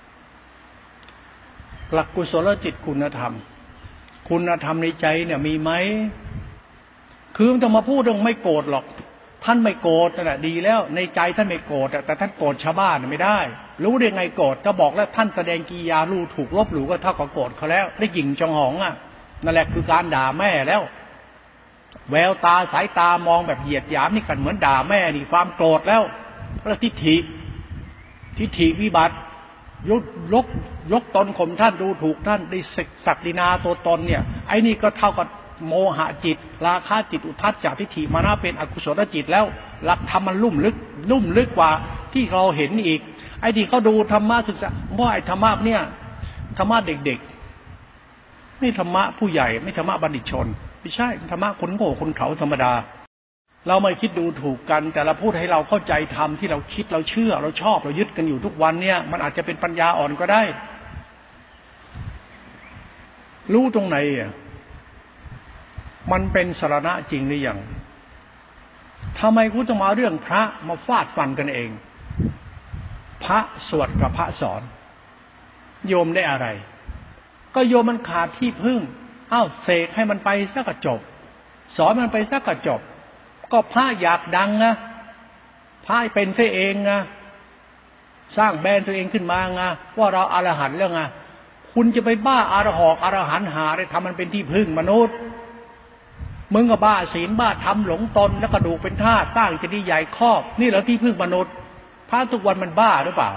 Speaker 1: หลักกุศลจิตคุณธรรมในใจเนี่ยมีไหมคือมันจะมาพูดเรื่องไม่โกรธหรอกท่านไม่โกรธนั่นแหละดีแล้วในใจท่านไม่โกรธแต่ท่านโกรธชาวบ้านไม่ได้รู้ได้ไงโกรธก็บอกแล้วท่านแสดงกิริยารู้ถูกลบหลู่ก็เท่ากับโกรธเขาแล้วได้หยิ่งจองหองอ่ะนั่นแหละคือการด่าแม่แล้วแววตาสายตามองแบบเหยียดหยามนี่กันเหมือนด่าแม่นี่ความโกรธแล้วทิฏฐิวิบัติยกตนข่มท่านดูถูกท่านได้ศักดินาตัวตนเนี่ยไอ้นี่ก็เท่ากับโมหะจิตราคะจิตอุทธัจจะทิฏฐิมานะเป็นอกุศลจิตแล้วหลักธรรมมันลุ่มลึกกว่าที่เราเห็นอีกไอ้ที่เขาดูธรรมะศึกษาว่าไอ้ธรรมะเนี่ยธรรมะเด็กๆไม่ธรรมะผู้ใหญ่ไม่ธรรมะบัณฑิตชนไม่ใช่ธรรมะคนโง่คนเขาธรรมดาเราไม่คิดดูถูกกันแต่เราพูดให้เราเข้าใจธรรมที่เราคิดเราเชื่อเราชอบเรายึดกันอยู่ทุกวันเนี่ยมันอาจจะเป็นปัญญาอ่อนก็ได้รู้ตรงไหนอ่ะมันเป็นสรณะจริงหรือยังทำไมกูต้องมาเรื่องพระมาฟาดฟันกันเองพระสวดกับพระสอนโยมได้อะไรก็โยมมันขาดที่พึ่งเสกให้มันไปซะก็จบสอนมันไปซะก็จบก็พระอยากดังนะพระเป็นซะเองนะสร้างแบรนด์ตัวเองขึ้นมาไงว่าเราอรหันต์แล้วไงคุณจะไปบ้าอรหันต์หาได้ทำมันเป็นที่พึ่งมนุษย์มึงก็บ้าศีลบ้าธรรมหลงตนแล้วกระดูกเป็นธาตุสร้างเจดีย์ใหญ่ครอบนี่เหรอที่พึ่งมนุษย์พระทุกวันมันบ้าหรือเปล่า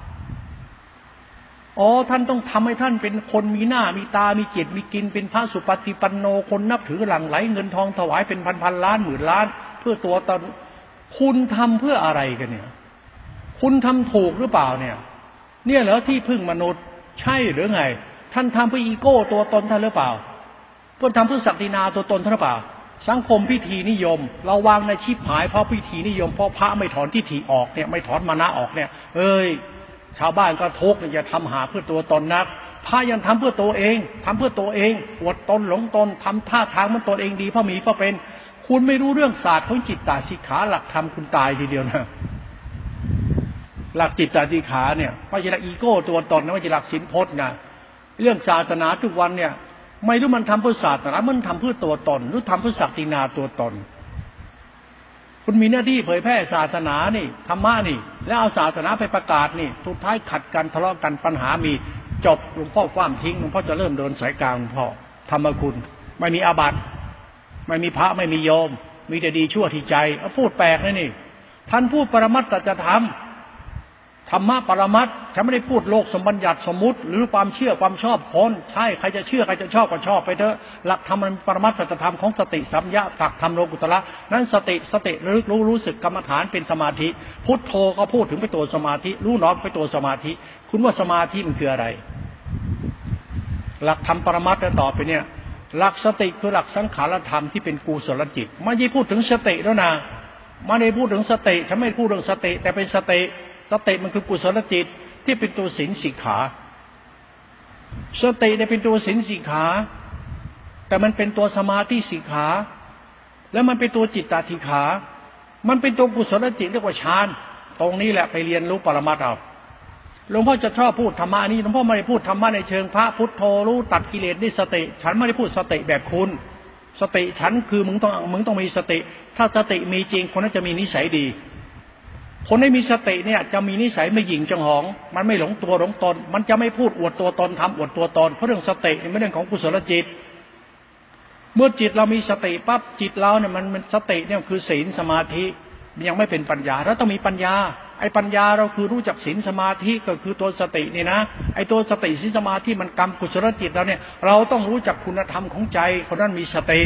Speaker 1: ท่านต้องทำให้ท่านเป็นคนมีหน้ามีตามีเกียรติมีกินเป็นพระสุปฏิปันโนคนนับถือหลั่งไหลเงินทองถวายเป็นพันล้านหมื่นล้านเพื่อตัวตนคุณทำเพื่ออะไรกันเนี่ยคุณทำถูกหรือเปล่าเนี่ยเหรอที่พึ่งมนุษย์ใช่หรือไงท่านทำเพื่ออีโก้ตัวตนท่านหรือเปล่าเพื่อทำเพื่อศักดินาตัวตนท่านหรือเปล่าสังคมพิธีนิยมเราวางในชีพหายเพราะพิธีนิยมเพราะพระไม่ถอนทิฏฐิออกเนี่ยไม่ถอนมานะออกเนี่ยชาวบ้านก็ทุกข์อย่าทำหาเพื่อตัวตนนักพระยังทำเพื่อตัวเองทำเพื่อตัวเองอวดตนหลงตนทำท่าทางมันตัวเองดีเพราะมีเพราะเป็นคุณไม่รู้เรื่องศาสตร์ของจิตตสิกขาหลักธรรมคุณตายทีเดียวนะหลักจิตตสิกขาเนี่ยไม่ใช่หลักอีโก้ตัวตนนะไม่ใช่หลักศีลพจน์นะเรื่องศาสนาทุกวันเนี่ยไม่รู้มันทำเพื่อศาสนามันทำเพื่อตัวตนหรือทำเพื่อศักดินาตัวตนคุณมีหน้าที่เผยแพร่ศาสนานี่ธรรมะนี่แล้วเอาศาสนาไปประกาศนี่สุดท้ายขัดกันทะเลาะกันปัญหามีจบหลวงพ่อคว่ำทิ้งหลวงพ่อจะเริ่มเดินสายกลางหลวงพ่อธรรมคุณไม่มีอาบัติไม่มีพระไม่มีโยมมีแต่ดีชั่วที่ใจพูดแปลกเลยนี่ท่านพูดปรมัตถธรรมธรรมะปรมัตถ์ฉันไม่ได้พูดโลกสมบัญญัติสมมุติหรือความเชื่อความชอบคนใช่ใครจะเชื่อใครจะชอบก็ชอบไปเถอะหลักธรรมมันปรมัตถธรรมของสติสัมยาสักธรรมโลกุตระนั้นสติรู้สึกกรรมฐานเป็นสมาธิพุทโธก็พูดถึงไปตัวสมาธิรู้น้อมไปตัวสมาธิคุณว่าสมาธิมันคืออะไรหลักธรรมปรมัตถ์ต่อไปเนี่ยหลักสติคือหลักสังขารธรรมที่เป็นกุศลจิตไม่ใช่พูดถึงสติแล้วนะไม่ได้พูดถึงสติฉันไม่พูดเรื่องสติแต่เป็นสติมันคือกุศลจิตที่เป็นตัวศีลสิกขาสติเนี่ยเป็นตัวศีลสิกขาแต่มันเป็นตัวสมาธิสิกขาแล้วมันเป็นตัวจิตตติขามันเป็นตัวกุศลจิตเรียกว่าฌานตรงนี้แหละไปเรียนรู้ปรมัตถ์เอาหลวงพ่อจะชอบพูดธรรมะนี้หลวงพ่อไม่ได้พูดธรรมะในเชิงพระพุทโธรู้ตัดกิเลสด้วยสติฉันไม่ได้พูดสติแบบคุณสติฉันคือมึงต้องมีสติถ้าสติมีจริงคนนั้นจะมีนิสัยดีคนที่มีสติเนี่ยจะมีนิสัยไม่หยิ่งจองหองมันไม่หลงตัวหลงตนมันจะไม่พูดอวดตัวตนทำอวดตัวตนเพราะเรื่องสติเป็นเรื่องของกุศลจิตเมื่อจิตเรามีสติปั๊บจิตเราเนี่ยมันสติเนี่ยคือศีลสมาธิยังไม่เป็นปัญญาแล้วต้องมีปัญญาไอ้ปัญญาเราคือรู้จักศีลสมาธิก็คือตัวสตินี่นะไอ้ตัวสติศีลสมาธิมันกรรมกุศลจิตเราเนี่ยเราต้องรู้จักคุณธรรมของใจคนนั้นมีสติ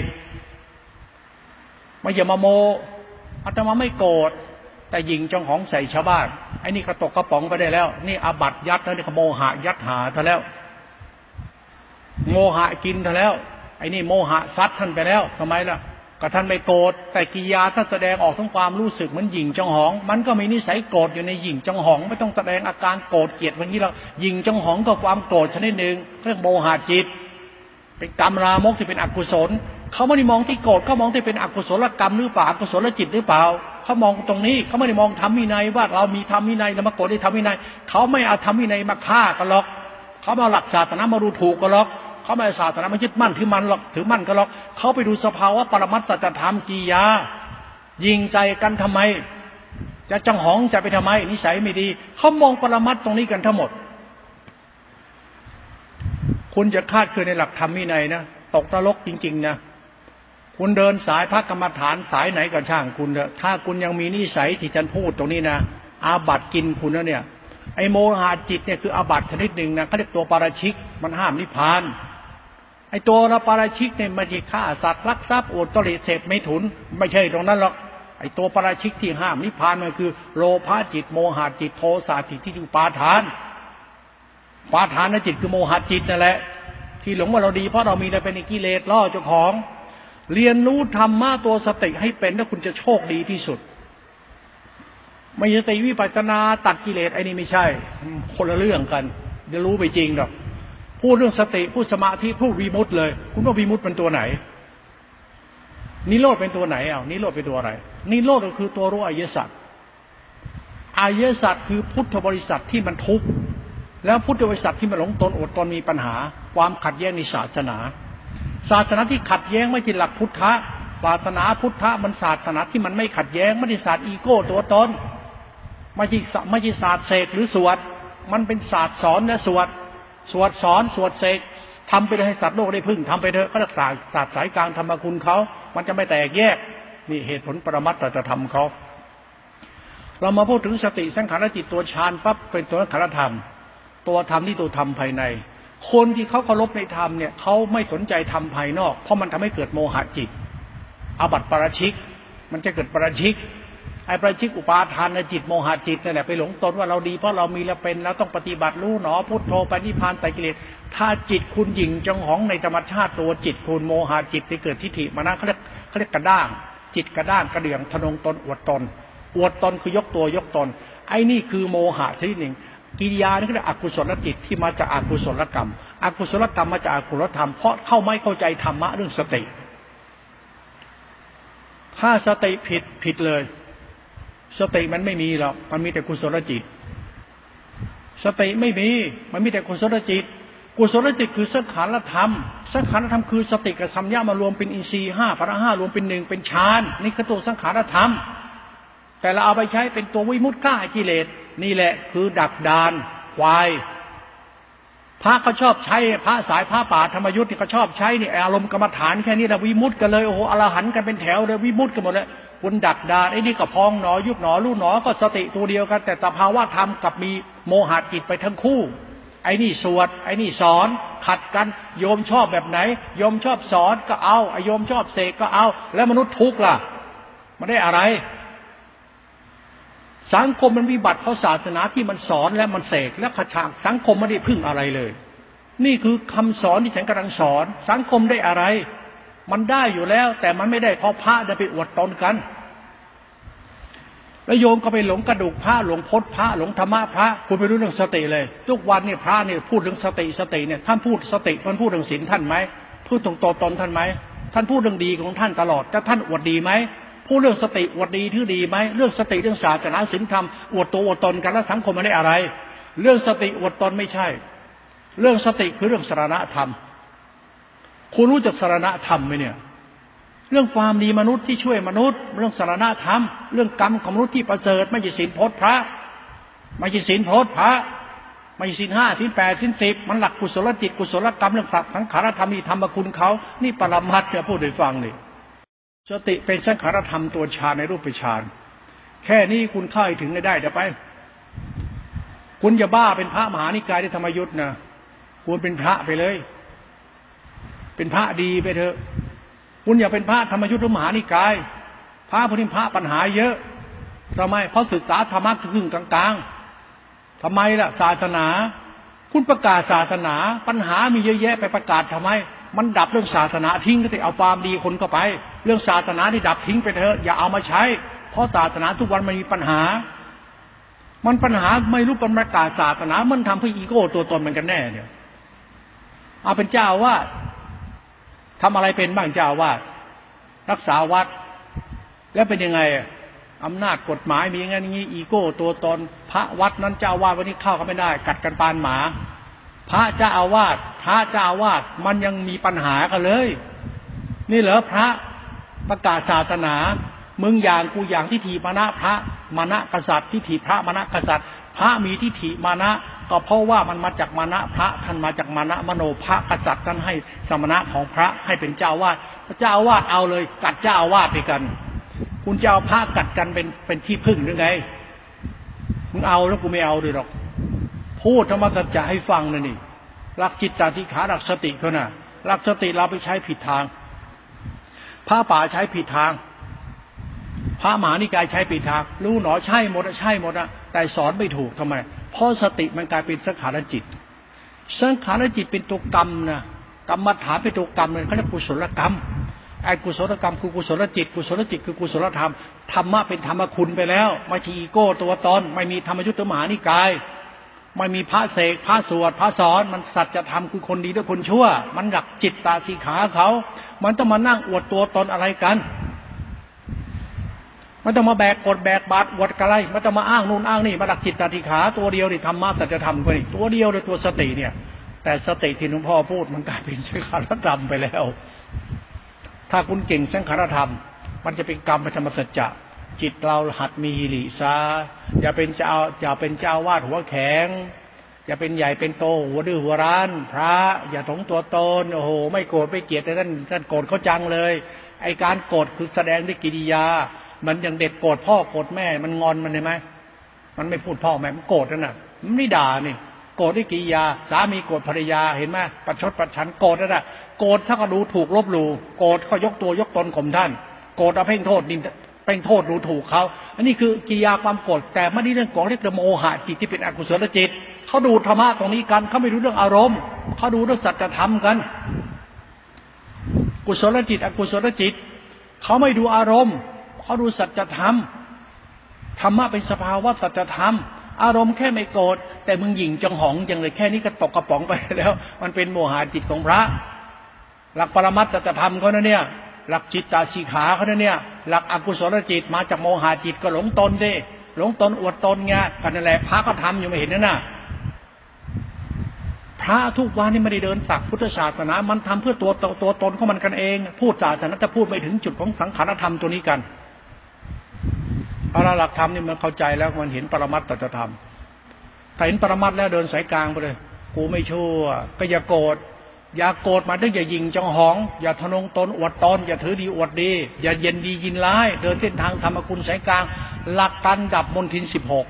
Speaker 1: ไม่อย่ามาโมอาตมาไม่โกรธแต่ยิงจองหองใส่ชาวบ้านไอ้นี่กระตกกระป๋องไปได้แล้วนี่อาบัติยัดแล้วนี่ขโมหะยัดหาท่าแล้วโมหะกินท่าแล้วไอ้นี่โมหะซัดท่านไปแล้วทำไมล่ะก็ท่านไม่โกรธแต่กิริยาท่านแสดงออกทั้งความรู้สึกเหมือนหยิ่งจองหองมันก็มีนิสัยโกรธอยู่ในหยิ่งจองหองไม่ต้องแสดงอาการโกรธเกลียดอย่างนี้เราหยิ่งจองหองก็ความโกรธชนิดหนึ่งเรียกโมหะจิตเป็นกรรมรามกที่เป็นอกุศลเขาไม่ได้มองที่โกรธเขามองที่เป็นอกุศลกรรมหรือเปล่าอกุศลจิตหรือเปล่าเขามองตรงนี้เขาไม่ได้มองธรรมวินัยว่าเรามีธรรมวินัยแล้วมาโกรธได้ธรรมวินัยเขาไม่เอาธรรมวินัยมาฆ่ากันหรอกเขามาหลักศาสนามาดูถูกกันหรอกเขาไม่เอาศาสนามายึดมั่นถือมันหรอกถือมั่นกันหรอกเขาไปดูสภาวะปรมัตถธรรมกิยายิงใจกันทำไมจะจังหองจะไปทำไมนิสัยไม่ดีเขามองปรมัตถ์ตรงนี้กันทั้งหมดคุณจะคาดเคลื่อนในหลักธรรมวินัยนะตกนรกจริงๆนะคุณเดินสายพระกรรมฐานสายไหนก็ช่างคุณเถอะถ้าคุณยังมีนิสัยที่ฉันพูดตรงนี้นะอาบัติกินคุณนะเนี่ยไอโมหะจิตเนี่ยคืออาบัติชนิดหนึ่งนะเขาเรียกตัวปาราชิกมันห้ามนิพพานไอตัวปาราชิกเนี่ยมันจะฆ่าสัตว์ลักทรัพย์อวดตริเสพไม่ถุนไม่ใช่ตรงนั้นหรอกไอตัวปาราชิกที่ห้ามนิพพานมันคือโลภะจิตโมหะจิตโทสะจิตที่อยู่ปาฐานนะจิตคือโมหะจิตนั่นแหละที่หลงว่าเราดีเพราะเรามีแต่เป็นกิเลสล่อเจ้าของเรียนรู้ธรรมะตัวสติให้เป็นแล้วคุณจะโชคดีที่สุดไม่ใช่สติวิปัสสนาตัดกิเลสไอ้นี่ไม่ใช่คนละเรื่องกันจะรู้ไปจริงหรอก
Speaker 2: พูดเรื่องสติพูดสมาธิพูดวิมุตติเลยคุณว่าวิมุตติเป็นตัวไหนนิโรธเป็นตัวไหนนิโรธเป็นตัวอะไรนิโรธก็คือตัวรู้อริยสัจอริยสัจคือพุทธบริษัทที่มันทุกข์แล้วพุทธบริษัทที่มันหลงตนอดตนมีปัญหาความขัดแย้งในศาสนาที่ขัดแย้งไม่ใช่หลักพุทธะศาสนาพุทธะมันศาสนาที่มันไม่ขัดแย้งไม่ได้ศาสตร์อีโก้ตัวตนไม่ใช่ศาสตร์เสกหรือสวดมันเป็นศาสตร์สอนและสวดสอนสวดเสกทำไปเลยให้สัตว์โลกได้พึ่งทำไปเถอะเขารักษาศาสตร์สายกลางธรรมคุณเขามันจะไม่แตกแยกนี่เหตุผลปรมัตถจะทำเขาเรามาพูดถึงสติสังขารจิตตัวฌานปั๊บเป็นตัวสังขารธรรมตัวธรรมที่ตัวธรรมภายในคนที่เขาเคารพในธรรมเนี่ยเขาไม่สนใจธรรมภายนอกเพราะมันทำให้เกิดโมหะจิตอาบัติปาราชิกมันจะเกิดปาราชิกไอ้ปาราชิกอุปาทานในจิตโมหะจิตนั่นแหละไปหลงตนว่าเราดีเพราะเรามีแล้วเป็นแล้วต้องปฏิบัติรู้หนอพุทโธปณิพพานไตรกิเลสถ้าจิตคุณหยิ่งจงหองในธรรมชาติตัวจิตคุณโมหะจิตที่เกิดทิฏฐิมานะเขาเรียกกระด้างจิตกระด้างกระเดื่องทะนงตนอวดตนคือยกตัวยกตนไอ้นี่คือโมหะชนิดหนึ่งกิริยานี่ก็เรียกอกุศลจิตที่มาจากอกุศลกรรมอกุศลกรรมมาจากอกุศลธรรมเพราะไม่เข้าใจธรรมะเรื่องสติถ้าสติผิดเลยสติมันไม่มีหรอกมันมีแต่กุศลจิตสติไม่มีมันมีแต่กุศลจิตคือสังขารธรรมคือสติกับสัมยามารวมเป็นอินทรีย์5พละ5รวมเป็น1เป็นฌานนี่คือตัวสังขารธรรมแต่เราเอาไปใช้เป็นตัววิมุตติฆ่ากิเลสนี่แหละคือดักดานควายพระเขาชอบใช้พระสายพระป่าธรรมยุทธ์นี่เขาชอบใช้นี่อารมณ์กรรมฐานแค่นี้เราวิมุตติกันเลยโอ้โหอรหันต์กันเป็นแถวเลยวิมุตติกันหมดเลยคุณดักดานไอ้นี่ก็พองหนอยุบหนอรู้หนอก็สติตัวเดียวกันแต่สภาวะธรรมกับมีโมหะจิตไปทั้งคู่ไอ้นี่สวดไอ้นี่สอนขัดกันโยมชอบแบบไหนโยมชอบสอนก็เอาไอ้โยมชอบเสกก็เอาแล้วมนุษย์ทุกข์ล่ะมันได้อะไรสังคมมันวิบัติเพราะศาสนาที่มันสอนและมันเสกและขฉากสังคมไม่ได้พึ่งอะไรเลยนี่คือคำสอนที่ฉันกำลังสอนสังคมได้อะไรมันได้อยู่แล้วแต่มันไม่ได้เพราะพระจะไปอวดตนกันแล้วโยมก็ไปหลงกระดูกพระหลงพจน์พระหลงธรรมะพระคุณไปรู้เรื่องสติเลยทุกวันเนี่ยพระเนี่ยพูดเรื่องสติเนี่ยท่านพูดสติมันพูดเรื่องศีลท่านไหมพูดตรงตัวตนท่านไหมท่านพูดเรื่องดีของท่านตลอดแต่ท่านอวดดีไหมพูดเรื่องสติอวดดีที่ดีไหมเรื่องสติเรื่องศาสนาศีลธรรมอวดตัวอวดตนกันแล้วสังคมมันได้อะไรเรื่องสติอวดตนไม่ใช่เรื่องสติคือเรื่องสรณธรรมคุณรู้จักสรณธรรมไหมเนี่ยเรื่องความดีมนุษย์ที่ช่วยมนุษย์เรื่องสรณธรรมเรื่องกรรมของมนุษย์ที่ประเสริฐไม่ใช่ศีลพจน์พระไม่ใช่ศีลพจน์พระไม่ใช่ศีล5ศีล8ศีล10มันหลักกุศลจิตกุศลกรรมเรื่องสังขารธรรมนี่ธรรมคุณเขานี่ปรมัตถ์เนี่ยพูดให้ฟังนี่สติเป็นสังขารธรรมตัวฌานในรูปฌานแค่นี้คุณเข้าถึงได้เดี๋ยวไปคุณอย่าบ้าเป็นพระมหานิกายที่ธรรมยุทธ์นะคุณเป็นพระไปเลยเป็นพระดีไปเถอะคุณอย่าเป็นพระธรรมยุทธ์หรือมหานิกายพระพวกนี้พระปัญหาเยอะทำไมเพราะศึกษาธรรมะครึ่งกลางๆทำไมล่ะศาสนาคุณประกาศศาสนาปัญหามีเยอะแยะไปประกาศทำไมมันดับเรื่องศาสนาทิ้งก็จะเอาความดีคนก็ไปเรื่องศาสนาที่ดับทิ้งไปเถอะอย่าเอามาใช้เพราะศาสนาทุกวันมันมีปัญหาปัญหาไม่รู้ประกาศศาสนามันทำเพื่ออีโก้ตัวตนมันกันแน่เนี่ยเอาเป็นเจ้าว่าทำอะไรเป็นบ้างเจ้าว่ารักษาวัดแล้วเป็นยังไงอำนาจกฎหมายมีอย่างนี้อีโก้ตัวตนพระวัดนั้นเจ้าวาดวันนี้เข้ากันไม่ได้กัดกันปานหมาพระเจ้าอาวาสมันยังมีปัญหากันเลยนี่เหรอพระประกาศศาสนามึงอย่างกูอย่างทิฏฐิมานะพระมานะกษัตริย์ทิฏฐิพระมานะกษัตริย์พระมีทิฏฐิมานะก็เพราะว่ามันมาจากมานะพระท่านมาจากมานะมโนพระกษัตริย์ท่านให้สมณะของพระให้เป็นเจ้าอาวาสเจ้าอาวาสเอาเลยกัดเจ้าอาวาสไปกันคุณจะเอาพระกัดกันเป็นที่พึ่งหรือไงมึงเอาแล้วกูไม่เอาด้วยหรอกพูดธรรมสัจจะให้ฟังนะนี่หลักจิตตติขาหลักสติเขาน่ะหลักสติเราไปใช้ผิดทางพระป่าใช้ผิดทางพระมหานิกายใช้ผิดทางรู้หนอใช่หมดอะแต่สอนไม่ถูกทำไมเพราะสติมันกลายเป็นสังขารจิตเป็นตัวกรรมนะกรรมฐานเป็นตัวกรรมเลยเขาเรียกกุศลกรรมไอ้กุศลกรรมคือกุศลจิตคือกุศลธรรมธรรมะเป็นธรรมคุณไปแล้วไม่ใช่อีโก้ตัวตนไม่มีธรรมยุทธมหานิกายไม่มีพระเสกพระสวดพระสอนมันสัจธรรมคือคนดีด้วยคนชั่วมันหลักจิตตาสีขาเขามันต้องมานั่งอวดตัวตนอะไรกันมันต้องมาแบกกฎแบกบาตรอวดอะไรมันต้องมาอ้างนู่นอ้างนี่มาหลักจิตตาสีขาตัวเดียวนี่ธรรมะสัจธรรมก็นี่ตัวเดียวเลยตัวสติเนี่ยแต่สติที่หลวงพ่อพูดมันกลายเป็นสังขารธรรมไปแล้วถ้าคุณเก่งสังขารธรรมมันจะเป็นกรรมเป็นธรรมสัจจะจิตเราหัดมีหิริซาอย่าเป็นเจ้าวาดหัวแข็งอย่าเป็นใหญ่เป็นโตหัวดื้อหัวรั้นพระอย่าถงตัวตนโอ้โหไม่โกรธไม่เกลียดแต่ท่านโกรธเขาจังเลยไอการโกรธคือแสดงด้วยกิริยามันอย่างเด็กโกรธพ่อโกรธแม่มันงอนมันเห็นไหมมันไม่พูดพ่อแม่มันโกรธนั่นน่ะมันไม่ด่านี่โกรธด้วยกิริยาสามีโกรธภรรยาเห็นไหมประชดประชันโกรธนั่นน่ะโกรธถ้าก็ดูถูกลบหลู่โกรธเขายกตัวยกตนข่มท่านโกรธเอาเพ่งโทษดินเพ่งโทษดูถูกเขาอันนี้คือกิริยาความโกรธแต่ไม่ได้เรื่องของเรียกโมหะจิตที่เป็นอกุศลจิตเขาดูธรรมะตรงนี้กันเขาไม่รู้เรื่องอารมณ์เขาดูเรื่องสัจธรรมกันกุศลจิตอกุศลจิตเขาไม่ดูอารมณ์เขาดูสัจธรรมธรรมะเป็นสภาวะสัจธรรมอารมณ์แค่ไม่โกรธแต่มึงหยิ่งจังหองอย่างเลยแค่นี้ก็ตกกระป๋องไปแล้วมันเป็นโมหะจิตของพระหลักปรมัตถสัจธรรมเขาเนี่ยหลักจิตตาสีขาเขาเนี่ยหลักอกุศลจิตมาจากโมหะจิตก็หลงตนดิหลงตนอวดตนไงกันนั่นแหละพระก็ทำอยู่ไม่เห็นนั่นน่ะพระทุกวันนี่ไม่ได้เดินตักพุทธศาสนามันทำเพื่อตัวตนของมันกันเองพูดศาสนาจะพูดไม่ถึงจุดของสังขารธรรมตัวนี้กันเอาหลักธรรมนี่มันเข้าใจแล้วมันเห็นปรมัตถสัจธรรมถ้าเห็นปรมัตถ์แล้วเดินสายกลางไปเลยกูไม่ชั่วก็อย่าโกรธมาด้วยอย่ายิงจังหองอย่าทะนงตนอวดตนอย่าถือดีอวดดีอย่าเย็นดียินร้ายเดินเส้นทางธรรมคุณสายกลางหลักการดับมลทิน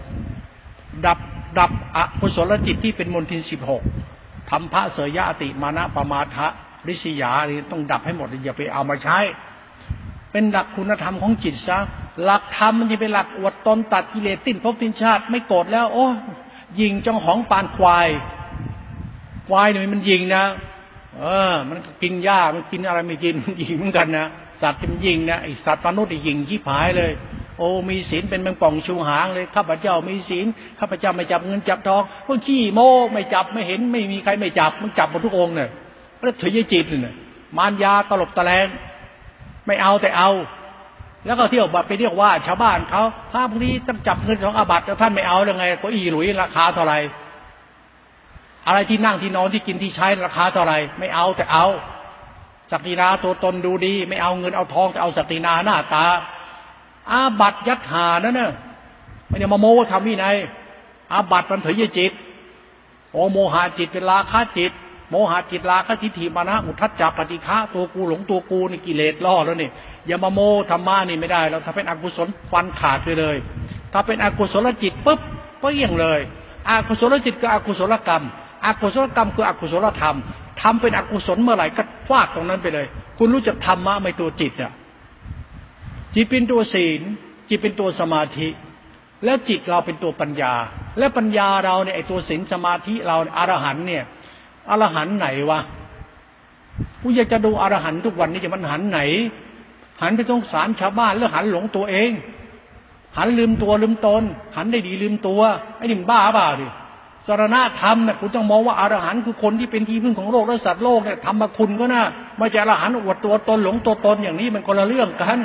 Speaker 2: 16ดับอกุศลจิตที่เป็นมลทิน16ทำพระเสยยะอติมานะปมาทะริษยานี่ต้องดับให้หมดอย่าไปเอามาใช้เป็นหลักคุณธรรมของจิตซะหลักธรรมมันจะเป็นหลักอวดตนตัดกิเลสสิ้นภพสิ้นชาติไม่โกรธแล้วโอ้ยิงจังหองปานควายเนี่ยมันยิงนะมันกินหญ้ามันกินอะไรไม่กินมันยิงเหมือนกันนะสัตว์มันยิงนะไอสัตว์มนุษย์ยิงชิบหายเลยโอ้มีศีลเป็นแมงป่องชูหางเลยข้าพเจ้ามีศีลข้าพเจ้าไม่จับเงินจับทองพวกขี้โม้ไม่จับไม่เห็นไม่มีใครไม่จับมันจับหมดทุกองค์เนี่ยแล้วถือยจิตเนี่ยมารยาตลบตะแลงไม่เอาแต่เอาแล้วก็เที่ยวไปเรียกว่าชาวบ้านเขาถ้าพวกนี้ต้องจับเงินของอาบัติแต่ท่านไม่เอายังไงก็อีหลุยราคาเท่าไหร่อะไรที่นั่งที่นอนที่กินที่ใช้ราคาเท่าไหร่ไม่เอาแต่เอาศักดินาตัวตนดูดีไม่เอาเงินเอาทองแต่เอาศักดินาหน้าตาอาบัติยัดหานั่นน่ะไม่ได้มาโม้ทำวินัยอาบัติมันถือจิตโอโมหะจิตเป็นราคะจิตโมหะจิตราคะทิฏฐิมานะอุทธัจจะปฏิฆะตัวกูหลงตัวกูนี่กิเลสล่อแล้วนี่อย่ามาโม้ธรรมะนี่ไม่ได้แล้วถ้าเป็นอกุศลฟันขาดไปเลยถ้าเป็นอกุศลจิตปุ๊บเปี้ยงเลยอกุศลจิตกับอกุศลกรรมอกุศลกรรมคืออกุศลธรรมทำเป็นอกุศลเมื่อไหร่ก็ฟาดตรงนั้นไปเลยคุณรู้จักธรรมะไม่ตัวจิตอ่ะจิตเป็นตัวศีลจิตเป็นตัวสมาธิแล้วจิตเราเป็นตัวปัญญาและปัญญาเราเนี่ยไอตัวศีลสมาธิเราอรหันต์เนี่ยอรหันต์ไหนวะกูอยากจะดูอรหันต์ทุกวันนี้จะมันหันไหนหันไปสงสารชาวบ้านหรือหันหลงตัวเองหันลืมตัวลืมตนหันได้ดีลืมตัวไอ้นี่มันบ้าเปล่าดิสรณธรรมเนี่ยคุณต้องมองว่าอรหันต์คือคนที่เป็นที่พึ่งของโลกและสัตว์โลกเนี่ยธรรมคุณก็น่ะไม่ใช่อรหันต์อวดตัวตนหลงตัวตนอย่างนี้มันคนละเรื่องกัน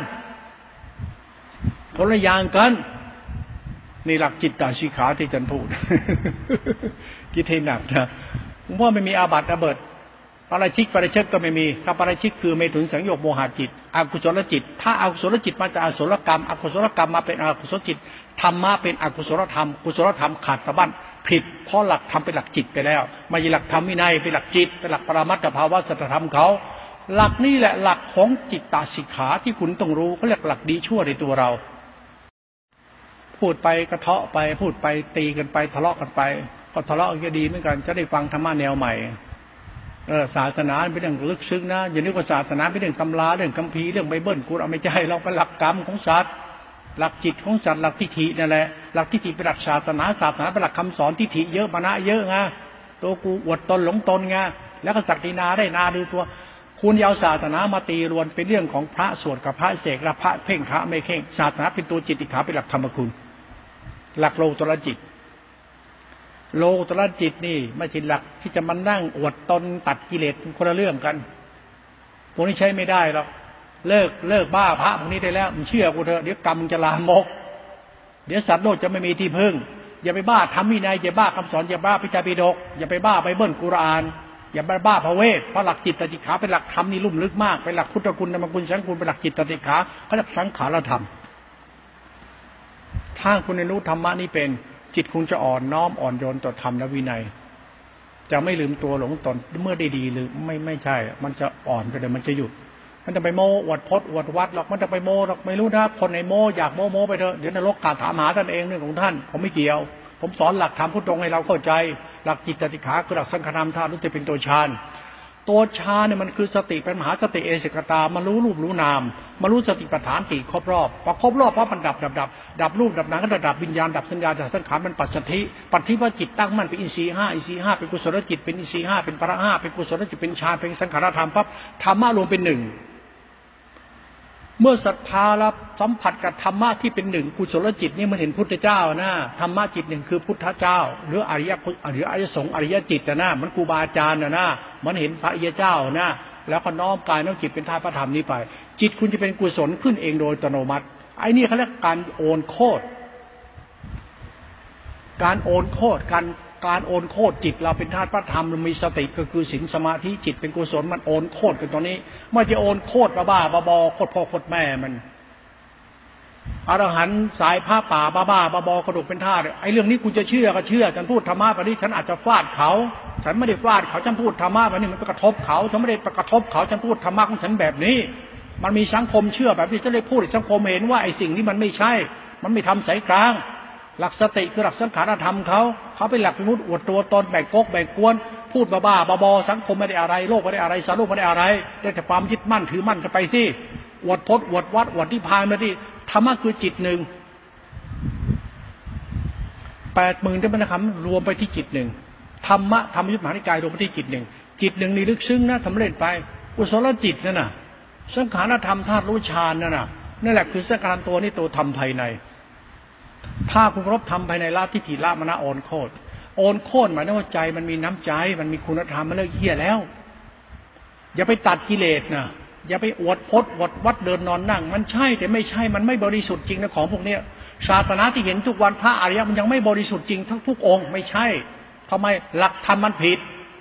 Speaker 2: คนละอย่างกันนี่หลักจิตตาชิขาที่จันพูดคิดให้หนักนะผมว่าไม่มีอาบัติระเบิดปาราชิกปาราชิกก็ไม่มีถ้าปาราชิกคือเมถุนสังโยคโมหะจิตอกุศลจิตถ้าอกุศลจิตมาจากอกุศลกรรมอกุศลกรรมมาเป็นอกุศลจิตธรรมะเป็นอกุศลธรรมกุศลธรรมขาดสะบั้นผิดเพราะหลักธรรมเป็นหลักจิตไปแล้วไม่ใช่หลักธรรมวินัยเป็นหลักจิตเป็นหลักปรมัตถภาวะสัจธรรมเขาหลักนี้แหละหลักของจิตตาสิกขาที่คุณต้องรู้เขาเรียกหลักดีชั่วในตัวเราพูดไปกระเทาะไปพูดไปตีกันไปทะเลาะกันไปก็ทะเลาะกันดีเหมือนกันจะได้ฟังธรรมะแนวใหม่ศาสนาเป็นเรื่องลึกซึ้งนะอย่านึกว่าศาสนาเป็นเรื่องตำราเรื่องคัมภีร์เรื่องไบเบิลกูเอาไม่ใช่เราเป็นหลักกรรมของสัตว์หลักจิตของสัตว์หลักทิฏฐินั่นแหละหลักทิฏฐิเป็นหลักศาสนาเป็นหลักคำสอนทิฏฐิเยอะมานะเยอะไงตัวกูอวดตนหลงตนไงแล้วก็ศักดินาได้นาดูตัวคุณยาวศาสนามาตีรวนเป็นเรื่องของพระสวดกับพระเสกและพระเพ่งพระไม่เพ่งศาสนาเป็นตัวจิตติขาเป็นหลักธรรมคุณหลักโลกุตตรจิตโลกุตระจิตนี่ไม่ใช่หลักที่จะมานั่งอวดตนตัดกิเลสคนละเรื่องกันพวกนี้ใช้ไม่ได้หรอกเลิกบ้าพระพวกนี้ได้แล้วมึงเชื่อกูเถอะเดี๋ยวกรรมมึงจะลามกเดี๋ยวสัตว์โลกจะไม่มีที่พึ่งอย่าไปบ้าทำวินัยอย่าบ้าคำสอนอย่าบ้าพระไตรปิฎกอย่าไปบ้าไบเบิลกุรอานอย่าไปบ้าพระเวทเพราะหลักจิตติขาเป็นหลักธรรมนี่ลุ่มลึกมากเป็นหลักพุทธคุณธรรมคุณสังคุณเป็นหลักจิตติขาเขาเรียกสังขารธรรมถ้าคุณรู้ธรรมะนี้เป็นจิตคุณจะอ่อนน้อมอ่อนโยนต่อธรรมและวินัยจะไม่ลืมตัวหลงตนเมื่อได้ดีหรือไม่ใช่มันจะอ่อนไปเลยมันจะหยุดมันจะไปโม้อวดพจน์อวดวัดหรอกมันจะไปโม้หรอกไม่รู้นะคนไหนโม้อยากโม้ไปเถอะเดี๋ยวนรกกาถามหาท่านเองเรื่องของท่านผมไม่เกี่ยวผมสอนหลักธรรมพุทธองค์ให้เราเข้าใจหลักจิตติขาคือหลักสังขารธรรมธาตุรู้จะเป็นตัวฌานเนี่ยมันคือสติเป็นมหาสติเอสิกตามันรู้รูปรู้นามมารู้สติปัฏฐานสี่ครบรอบพอครบรอบเพราะมันดับรูปดับนามก็ดับวิญญาณดับสัญญาดับสังขารมันปัจสัทธิว่าจิตตั้งมั่นเป็นอินทรีย์ห้าเป็นกุศลจิตเป็นอินทรีย์ห้าเป็นพละห้าเป็นกุศลจิตเป็นฌานเป็นสังขารธรรมปั๊บธรรมะรวมเป็นหนึ่งเมื่อศรัทธารับสัมผัสกับธรรมะที่เป็นหนึ่งกุศลจิตนี่มันเห็นพุทธเจ้านะธรรมะจิตหนึ่งคือพุทธเจ้าหรืออริยสงฆ์อริยจิตนะมันครูบาอาจารย์นะมันเห็นพระอริยเจ้านะแล้วก็น้อมกายน้อมจิตเป็นธาตุพระธรรมนี้ไปจิตคุณจะเป็นกุศลขึ้นเองโดยอัตโนมัติไอ้นี่เขาเรียกการโอนโคตรการโอนโคตรจิตเราเป็นธาตุพระธรรมเรามีสติก็คือศีลสมาธิจิตเป็นกุศลมันโอนโคตรกันตอนนี้ไม่จะโอนโคตรบ้าๆบอๆโคตรพ่อโคตรแม่มันอรหันต์สายผ้าป่าบ้าๆบอๆกระดูกเป็นธาตุไอ้เรื่องนี้กูจะเชื่อก็เชื่อฉันพูดธรรมะไปนี่ฉันอาจจะฟาดเขาฉันไม่ได้ฟาดเขาฉันพูดธรรมะไปนี่มันไปกระทบเขาฉันไม่ได้ไปกระทบเขาฉันพูดธรรมะของฉันแบบนี้มันมีสังคมเชื่อแบบนี้จะเลยพูดให้สังคมเห็นว่าไอ้สิ่งนี้มันไม่ใช่มันไม่ทำสายกลางหลักสติคือหลักสังขารธรรมเขาเป็นหลักพิมุตอวดตัวตนแบ่งก๊กแบ่งกวนพูดบ้าๆบอๆสังคมไม่ได้อะไรโลกไม่ได้อะไรสารโลกไม่ได้อะไรได้แต่ความยึดมั่นถือมั่นจะไปสิอวดพจน์อวดวัดอวดนิพพานมาดิธรรมะคือจิตหนึ่ง80,000ที่มันทำรวมไปที่จิตหนึ่งธรรมะธรรมยุทธมหานิกายรวมไปที่จิตหนึ่งนี่ลึกซึ้งนะทำเล่นไปกุศลจิตนั่นน่ะสังขารธรรมธาตุรู้ฌานนั่นแหละคือสังขารตัวนี้ตัวธรรมภายในถ้าคุณรบทำภายในละทิฏฐิละมณะโอนโคตรหมายถึงว่าใจมันมีน้ำใจมันมีคุณธรรมมันเลิกเหี้ยแล้วอย่าไปตัดกิเลสนะอย่าไปอวดพจน์อวดวัดเดินนอนนั่งมันใช่แต่ไม่ใช่มันไม่บริสุทธิ์จริงนะของพวกเนี้ยศาสนาที่เห็นทุกวันพระอริยะมันยังไม่บริสุทธิ์จริงทั้งทุกองค์ไม่ใช่ทำไมหลักธรรมมันผิด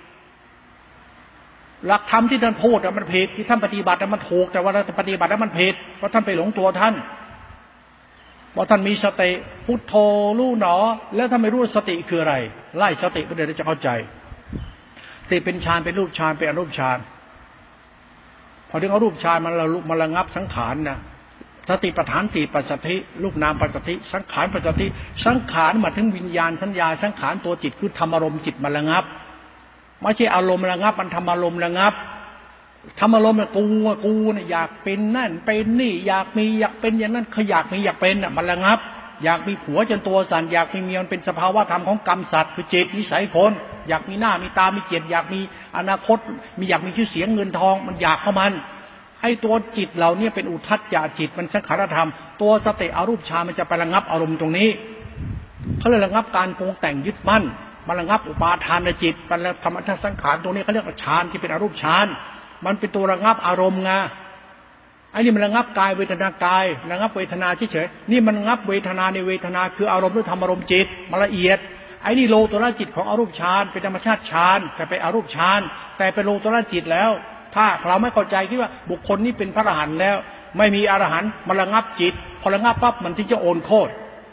Speaker 2: หลักธรรมที่ท่านพูดมันผิดที่ท่านปฏิบัติมันถูกแต่ว่าปฏิบัติแล้วมันผิดเพราะท่านไปหลงตัวท่านว่าท่านมีสติพุทโธรู้หนอแล้วถ้าไม่รู้สติคืออะไรไล่สติก็เดี๋ยวจะเข้าใจสติเป็นฌานเป็นรูปฌานเป็นอรูปฌานพอถึงอรูปฌานมันระงับสังขารนะสติปัฏฐานสี่ปัสสัทธิรูปนามปัสสัทธิสังขารปัสสัทธิสังขารมาถึงวิญญาณสัญญาสังขารตัวจิตคือธรรมอารมณ์จิตมันระงับไม่ใช่อารมณ์ระงับมันธรรมอารมณ์ระงับธรรมอารมณ์เนี่ยกูเนี่ยอยากเป็นนั่นเป็นนี่อยากมีอยากเป็นอย่างนั้นอยากมีอยากเป็นน่ะมันระงับอยากมีผัวจนตัวสั่นอยากมีเมียมันเป็นสภาวะธรรมของกรรมสัตว์คือจิตนิสัยคนอยากมีหน้ามีตามีเกียรติอยากมีอนาคตมีอยากมีชื่อเสียงเงินทองมันอยากเข้ามันให้ตัวจิตเราเนี่ยเป็นอุทัจจะจิตมันสังขารธรรมตัวสติอรูปฌานมันจะไประงับอารมณ์ตรงนี้เขาเลยระงับการปรุงแต่งยึดมั่นมันระงับอุปาทานในจิตมันธรรมชาติสังขารตรงนี้เขาเรียกว่าฌานที่เป็นอรูปฌานมันเป็นตัวระงับอารมณ์ไงไอ้นี่มันระงับกายเวทนากายระงับเวทนาเฉยๆนี่มันระงับเวทนาในเวทนาคืออารมณ์หรือธรรมอารมณ์จิตมันละเอียดไอ้นี่โลตุระจิตของอรูปฌานเป็นธรรมชาติฌานแต่เป็นอรูปฌานแต่เป็นโลตุระจิตแล้วถ้าเราไม่เข้าใจคิดว่าบุคคลนี้เป็นพระอรหันต์แล้วไม่มีอรหันต์มันระงับจิตพอระงับปั๊บมันถึงจะโอนโคตร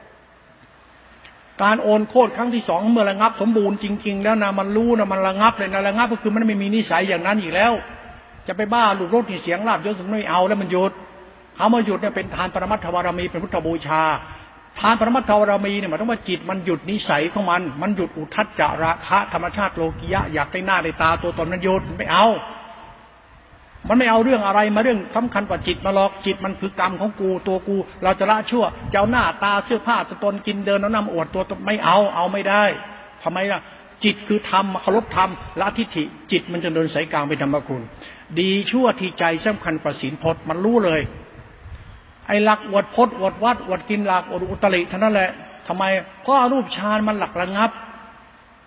Speaker 2: การโอนโคตรครั้งที่สองเมื่อระงับสมบูรณ์จริงๆแล้วนะมันรู้นะมันระงับเลยนะระงับก็คือมันไม่มีนิสัยอย่างนั้นอีกแล้วจะไปบ้าลูกรถเสียงลาบยศถึงไม่เอาแล้วมันหยุดเขามาหยุดเนี่ยเป็นทานปรมัตถบารมีเป็นพุทธบูชาทานปรมัตถบารมีเนี่ยหมายถึงว่าจิตมันหยุดนิสัยของมันหยุดอุทธัจจะราคะธรรมชาติโลกิยะอยากได้หน้าได้ตาตัวตนมันหยุดไม่เอามันไม่เอาเรื่องอะไรมาเรื่องสำคัญกว่าจิตมาหรอกจิตมันคือกรรมของกูตัวกูเราจะละชั่วจะเอาหน้าตาเสื้อผ้าตัวตนกินเดินแล้วนำอวดตัวตนไม่เอาไม่ได้ทำไมล่ะจิตคือธรรมเคารพธรรมละทิฏฐิจิตมันจะเดินสายกลางไปธรรมคุณดีชั่วที่ใจสำคัญกว่าศีลพจน์มันรู้เลยไอ้หลักอวดพจน์อวดวัดอวดกินหลักอวดอุตริเท่านั้นแหละทำไมเพราะอรูปฌานมันหลักระงับ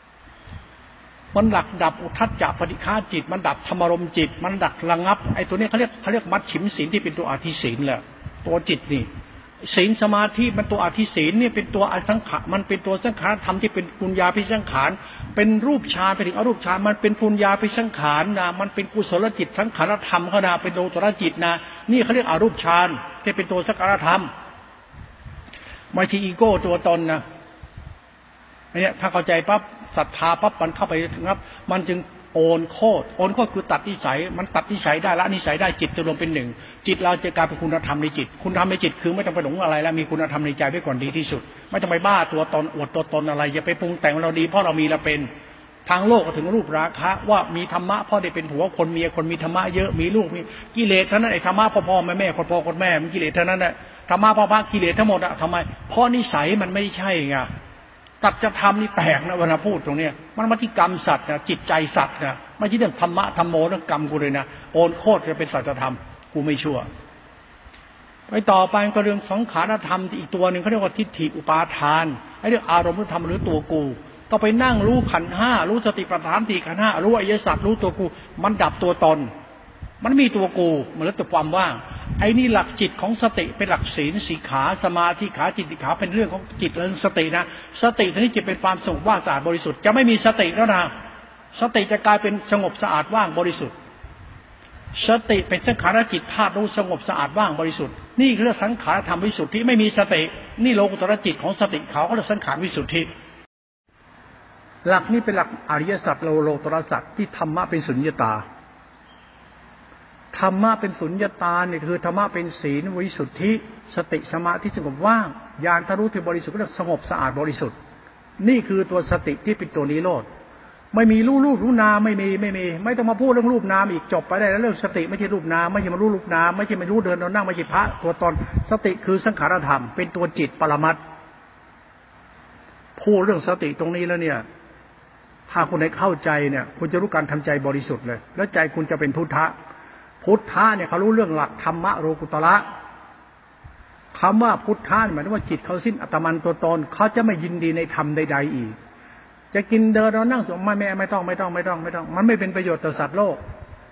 Speaker 2: มันหลักดับอุทัจจะปฏิฆาจิตมันดับธรรมารมณ์จิตมันดักระงับไอ้ตัวนี้เขาเรียกมัชฌิมศีลที่เป็นตัวอธิศีลแหละตัวจิตนี่ศีลสมาธิมันตัวอธิศีลนี่เป็นตัวอสังขารมันเป็นตัวสังขารธรรมที่เป็นปุญญาภิสังขารเป็นรูปฌานไปถึงอรูปฌานมันเป็นปุญญาภิสังขารนะมันเป็นกุศลจิตสังขารธรรมเขานะเป็นโลตระจิตนะนี่เขาเรียกอรูปฌานที่เป็นตัวสังขารธรรมไม่ใช่อีโก้ตัวตนนะเนี่ยถ้าเข้าใจปั๊บศรัทธาปั๊บมันเข้าไปงับมันจึงโอนโคตรคือตัดนิสัยมันตัดนิสัยได้ละนิสัยได้จิตจะรวมเป็นหนึ่งจิตเราจะกลายเป็นคุณธรรมในจิตคุณธรรมในจิตคือไม่ต้องไปหลงอะไรแล้วมีคุณธรรมในใจไว้ก่อนดีที่สุดไม่ต้องไปบ้าตัวตนอวดตัวตนอะไรอย่าไปปรุงแต่งเราดีเพราะเรามีเราเป็นทางโลกก็ถึงรูปราคะว่ามีธรรมะพ่อได้เป็นผัวคนเมียคนมีธรรมะเยอะมีลูกมีกิเลสเท่านั้นไอ้ธรรมะพ่อแม่คนพ่อคนแม่มันกิเลสเท่านั้นแหละธรรมะพ่อกิเลสทั้งหมดอะทำไมเพราะนิสัยมันไม่ใช่ไงตัดจะทำนี่แตกนะเวลาพูดตรงเนี้ยมันมาที่กรรมสัตว์นะจิตใจสัตว์นะไม่ใช่เรื่องธรรมะธรรมโมเรื่องกรรมกูเลยนะโอนโคตรจะเป็นสัจธรรมกูไม่ชั่วไปต่อไปก็เรื่องสังขารธรรมอีกตัวหนึ่งเขาเรียกว่าทิฏฐิอุปาทานไอ้เรื่องอารมณ์ธรรมหรือตัวกูต้องไปนั่งรู้ขันธ์ห้ารู้สติปัฏฐานสี่ขันธ์ห้ารู้อริยสัจรู้ตัวกูมันดับตัวตนมันมีตัวกูมันแล้วแต่ความว่างไอ้นี่หลักจิตของสติเป็นหลักศีลสีขาสมาธิขาจิตติขาเป็นเรื่องของจิตเรื่องสตินะสติทีนี้จะเป็นความสงบว่างสะอาดบริสุทธิ์จะไม่มีสติแล้วนะสติจะกลายเป็นสงบสะอาดว่างบริสุทธิ์สติเป็นสังขารจิตธาตุรู้สงบสะอาดว่างบริสุทธิ์นี่คือสังขารธรรมวิสุทธิไม่มีสตินี่โลกุตระจิตของสติเขาก็เรียกสังขารวิสุทธิหลักนี้เป็นหลักอริยสัจโลกุตระสัจที่ธรรมะเป็นสุญญตาธรรมะเป็นสุญญตาเนี่ยคือธรรมะเป็นศีลวิสุทธิสติสมาธิสงบว่างญาณทะลุที่บริสุทธิ์ก็สงบสะอาดบริสุทธิ์นี่คือตัวสติที่เป็นตัวนิโรธไม่มีรูปนามไม่ต้องมาพูดเรื่องรูปนามอีกจบไปได้แล้วเรื่องสติไม่ใช่รูปนามไม่ใช่มารู้รูปนามไม่ใช่มารู้เดินนอนนั่งไม่ใช่พระตัวตนสติคือสังขารธรรมเป็นตัวจิตปรมัตถ์พูดเรื่องสติตรงนี้แล้วเนี่ยถ้าคุณได้เข้าใจเนี่ยคุณจะรู้การทำใจบริสุทธิ์เลยแล้วใจคุณจะเป็นพุทธะพุทธะเนี่ยเขารู้เรื่องหลักธรรมะโลกุตระคำว่าพุทธะหมายถึงว่าจิตเขาสิ้นอัตมันตัวตนเขาจะไม่ยินดีในธรรมใดๆอีกจะกินเดินเรานั่งสวดไม่ต้องมันไม่เป็นประโยชน์ต่อสัตว์โลก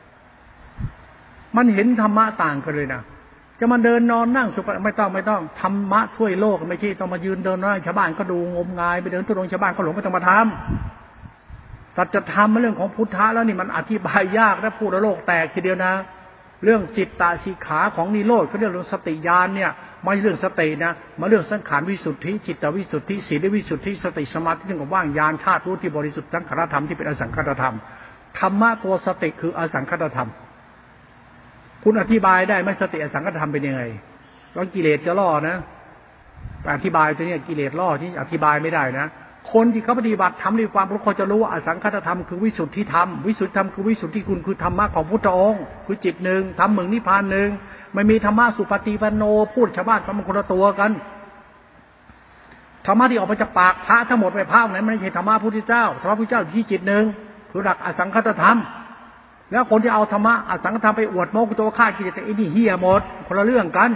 Speaker 2: มันเห็นธรรมะต่างกันเลยนะจะมาเดินนอนนั่งสุขไม่ต้องธรรมะช่วยโลกไม่ใช่ต้องมายืนเดินนั่งชาวบ้านก็ดูงมงายไปเดินทุดงชาวบ้านก็หลงไม่ต้องมาทำสัจธรรมเรื่องของพุทธะแล้วนี่มันอธิบายยากและพูดแล้วโลกแตกทีเดียวนะเรื่องจิตตาสีขาของนิโรธก็เรื่องสติญาณเนี่ยไม่เรื่องสตินะมาเรื่องสังขารวิสุทธิจิตวิสุทธิศีลวิสุทธิสติสมาธิถึงกับว่างญาณธาตุรู้ที่บริสุทธิ์สังขารธรรมที่เป็นอสังขตธรรมธรรมะตัวสติคืออสังขตธรรมคุณอธิบายได้ไหมสติอสังขตธรรมเป็นยังไงแล้วกิเลสจะล่อนะอธิบายตัวนี้กิเลสล่อที่อธิบายไม่ได้นะคนที่เขาปฏิบัติทำด้วยความรู้เขาจะรู้ว่าอสังขตธรรมคือวิสุทธิธรรมวิสุทธิธรรมคือวิสุทธิคุณคือธรรมะของพุทธองค์คือจิตหนึ่งธรรมหนึ่งนิพพานหนึ่งไม่มีธรรมะสุปฏิปันโนพูดชาวบ้านก็มันคนละตัวกันธรรมะที่ออกมาจากปากพระทั้งหมดไปพระไหนไม่ใช่ธรรมะพุทธเจ้าธรรมะพุทธเจ้าอยู่ที่จิตหนึ่งคือหลักอสังขตธรรมแล้วคนที่เอาธรรมะอสังขตธรรมไปอวดโม้ตัวฆ่ากิเลสไอ้นี่เหี้ยหมดคนละเรื่องกัน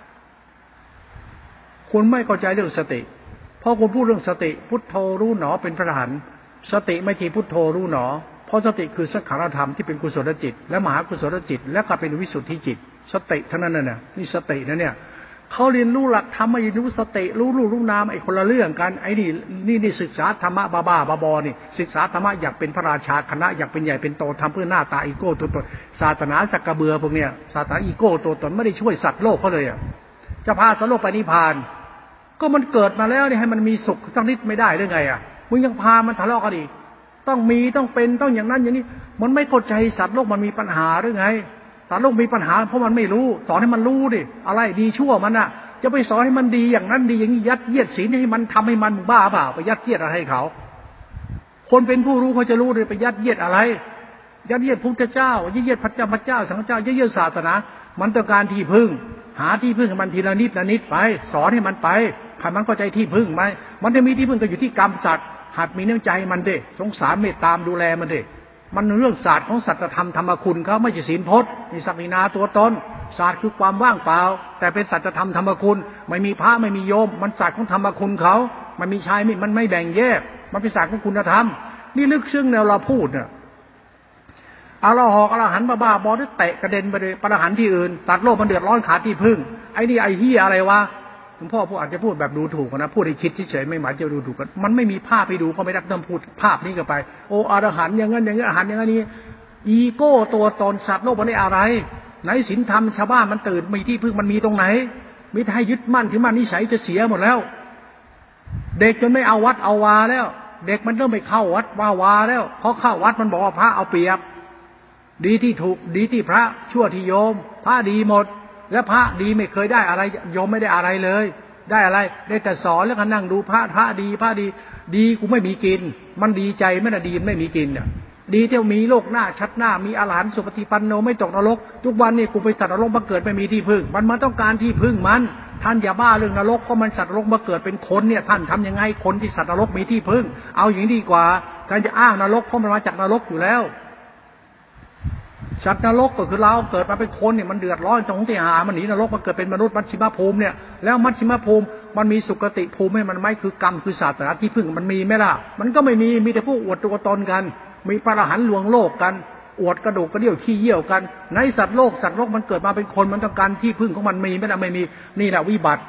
Speaker 2: คุณไม่เข้าใจเรื่องสติพอคุณพูดเรื่องสติพุทโธรู้หนอเป็นพระอรหันต์สติไม่ใช่พุทโธรู้หนอเพราะสติคือสังขารธรรมที่เป็นกุศลจิตและมหากุศลจิตและก็เป็นวิสุทธิจิตสติเท่านั้นน่ะนี่สตินะเนี่ยเขาเรียนรู้หลักธรรมไม่รู้สติรู้นามไอ้คนละเรื่องกันไอ้นี่ศึกษาธรรมะบ้าบอนี่ศึกษาธรรมะอยากเป็นพระราชาคณะอยากเป็นใหญ่เป็นโตทำเพื่อหน้าตาอีโก้ตัวตนศาสนาสักกระเบือพวกเนี้ยศาสนาอีโก้ตัวตนไม่ได้ช่วยสัตว์โลกเขาเลยอ่ะจะพาสัตว์โลกไปนิพพานก็มันเกิดมาแล้วนี่ให้มันมีสุขสักนิดไม่ได้หรือไงอ่ะมึงยังพามันทะเลาะกันอีกต้องมีต้องเป็นต้องอย่างนั้นอย่างนี้มันไม่เข้าใจสัตว์โลกมันมีปัญหาหรือไงสัตว์โลกมีปัญหาเพราะมันไม่รู้สอนให้มันรู้ดิอะไรดีชั่วมันอ่ะจะไปสอนให้มันดีอย่างนั้นดีอย่างนี้ยัดเยียดศีลให้มันทำให้มันบ้าเปล่าไปยัดเยียดอะไรให้เขาคนเป็นผู้รู้เขาจะรู้เลยไปยัดเยียดอะไรยัดเยียดพุทธเจ้ายัดเยียดพระเจ้าสังฆเจ้ายัดเยียดศาสนามันต้องการที่พึ่งหาที่พึ่งให้มันทีละนิดไปสอนให้มันไปให้มันเข้าใจที่พึ่งไหมมันจะมีที่พึ่งก็อยู่ที่กรรมสัตว์หัดมีน้ำใจมันดิสงสารเมตตามดูแลมันดิมันเรื่องศาสตร์ของสัจธรรมธรรมคุณเขาไม่ใช่ศีลพจน์มีศักดินาตัวตนศาสตร์คือความว่างเปล่าแต่เป็นสัจธรรมธรรมคุณไม่มีพระไม่มีโยมมันศาสตร์ของธรรมคุณเขามันมีชายมันไม่แบ่งแยกมันเป็นศาสตร์ของคุณธรรม
Speaker 1: นี่ลึกซึ้งแนวเราพูดเนี่ยเอาเราหอกเราหันบ้าบอได้เตะกระเด็นไปเลยประหันที่อื่นตัดโลกมันเดือดร้อนขาดที่พึ่งไอ้นี่ไอ้เหี้ยอะไรวะหลวงพ่อพูดอาจจะพูดแบบดูถูกนะพูดให้คิดเฉยๆไม่หมายจะดูถูกกันมันไม่มีภาพไปดูก็ไม่ได้ต้องพูดภาพนี้ก็ไปโอ้อรหันต์อย่างนั้นอย่างนี้อรหันต์อย่างนี้อีโก้ตัวตนสัตว์โลกมันได้อะไรไหนศีลธรรมชาวบ้านมันตื่นมีที่พึ่งมันมีตรงไหนมิให้ยึดมั่นถือมั่นนิสัยจะเสียหมดแล้วเด็กจนไม่เอาวัดเอาวาแล้วเด็กมันเริ่มไม่เข้าวัดวาแล้วเพราะเข้าวัดมันบอกว่าพระเอาเปรียบดีที่ถูกดีที่พระชั่วที่โยมพระดีหมดและพระดีไม่เคยได้อะไรโยมไม่ได้อะไรเลยได้อะไรได้แต่สอนแล้วก็นั่งดูพระดีดีกูไม่มีกินมันดีใจไม่ได้ดีไม่มีกินเนี่ยดีที่มีโลกหน้าชัดหน้ามีอรหันต์สุปฏิปันโนไม่ตกนรกทุกวันนี้กูไปสัตว์นรกมาเกิดไม่มีที่พึ่งมันต้องการที่พึ่งมันท่านอย่าบ้าเรื่องนรกเพราะมันสัตว์นรกมาเกิดเป็นคนเนี่ยท่านทำยังไงคนที่สัตว์นรกมีที่พึ่งเอาอย่างนี้ดีกว่าการจะอ้างนรกเพราะมันมาจากนรกอยู่แล้วสัตว์นรกก็คือเราเกิดมาเป็นคนเนี่ยมันเดือดร้อนตรงที่หามันหนีนรกมาเกิดเป็นมนุษย์มัชชิมภูมิเนี่ยแล้วมัชชิมภูมิมันมีสุคติภูมิให้มันไม่คือกรรมคือศาสนาที่พึ่งมันมีไหมล่ะมันก็ไม่มีแต่พวกอวดตัวตนกันมีพระอรหันต์ลวงโลกกันอวดกระดูกกระเดี่ยวขี้เยี่ยวกันในสัตว์โลกมันเกิดมาเป็นคนมันต้องการที่พึ่งของมันมีไหมล่ะไม่มีนี่แหละวิบัติ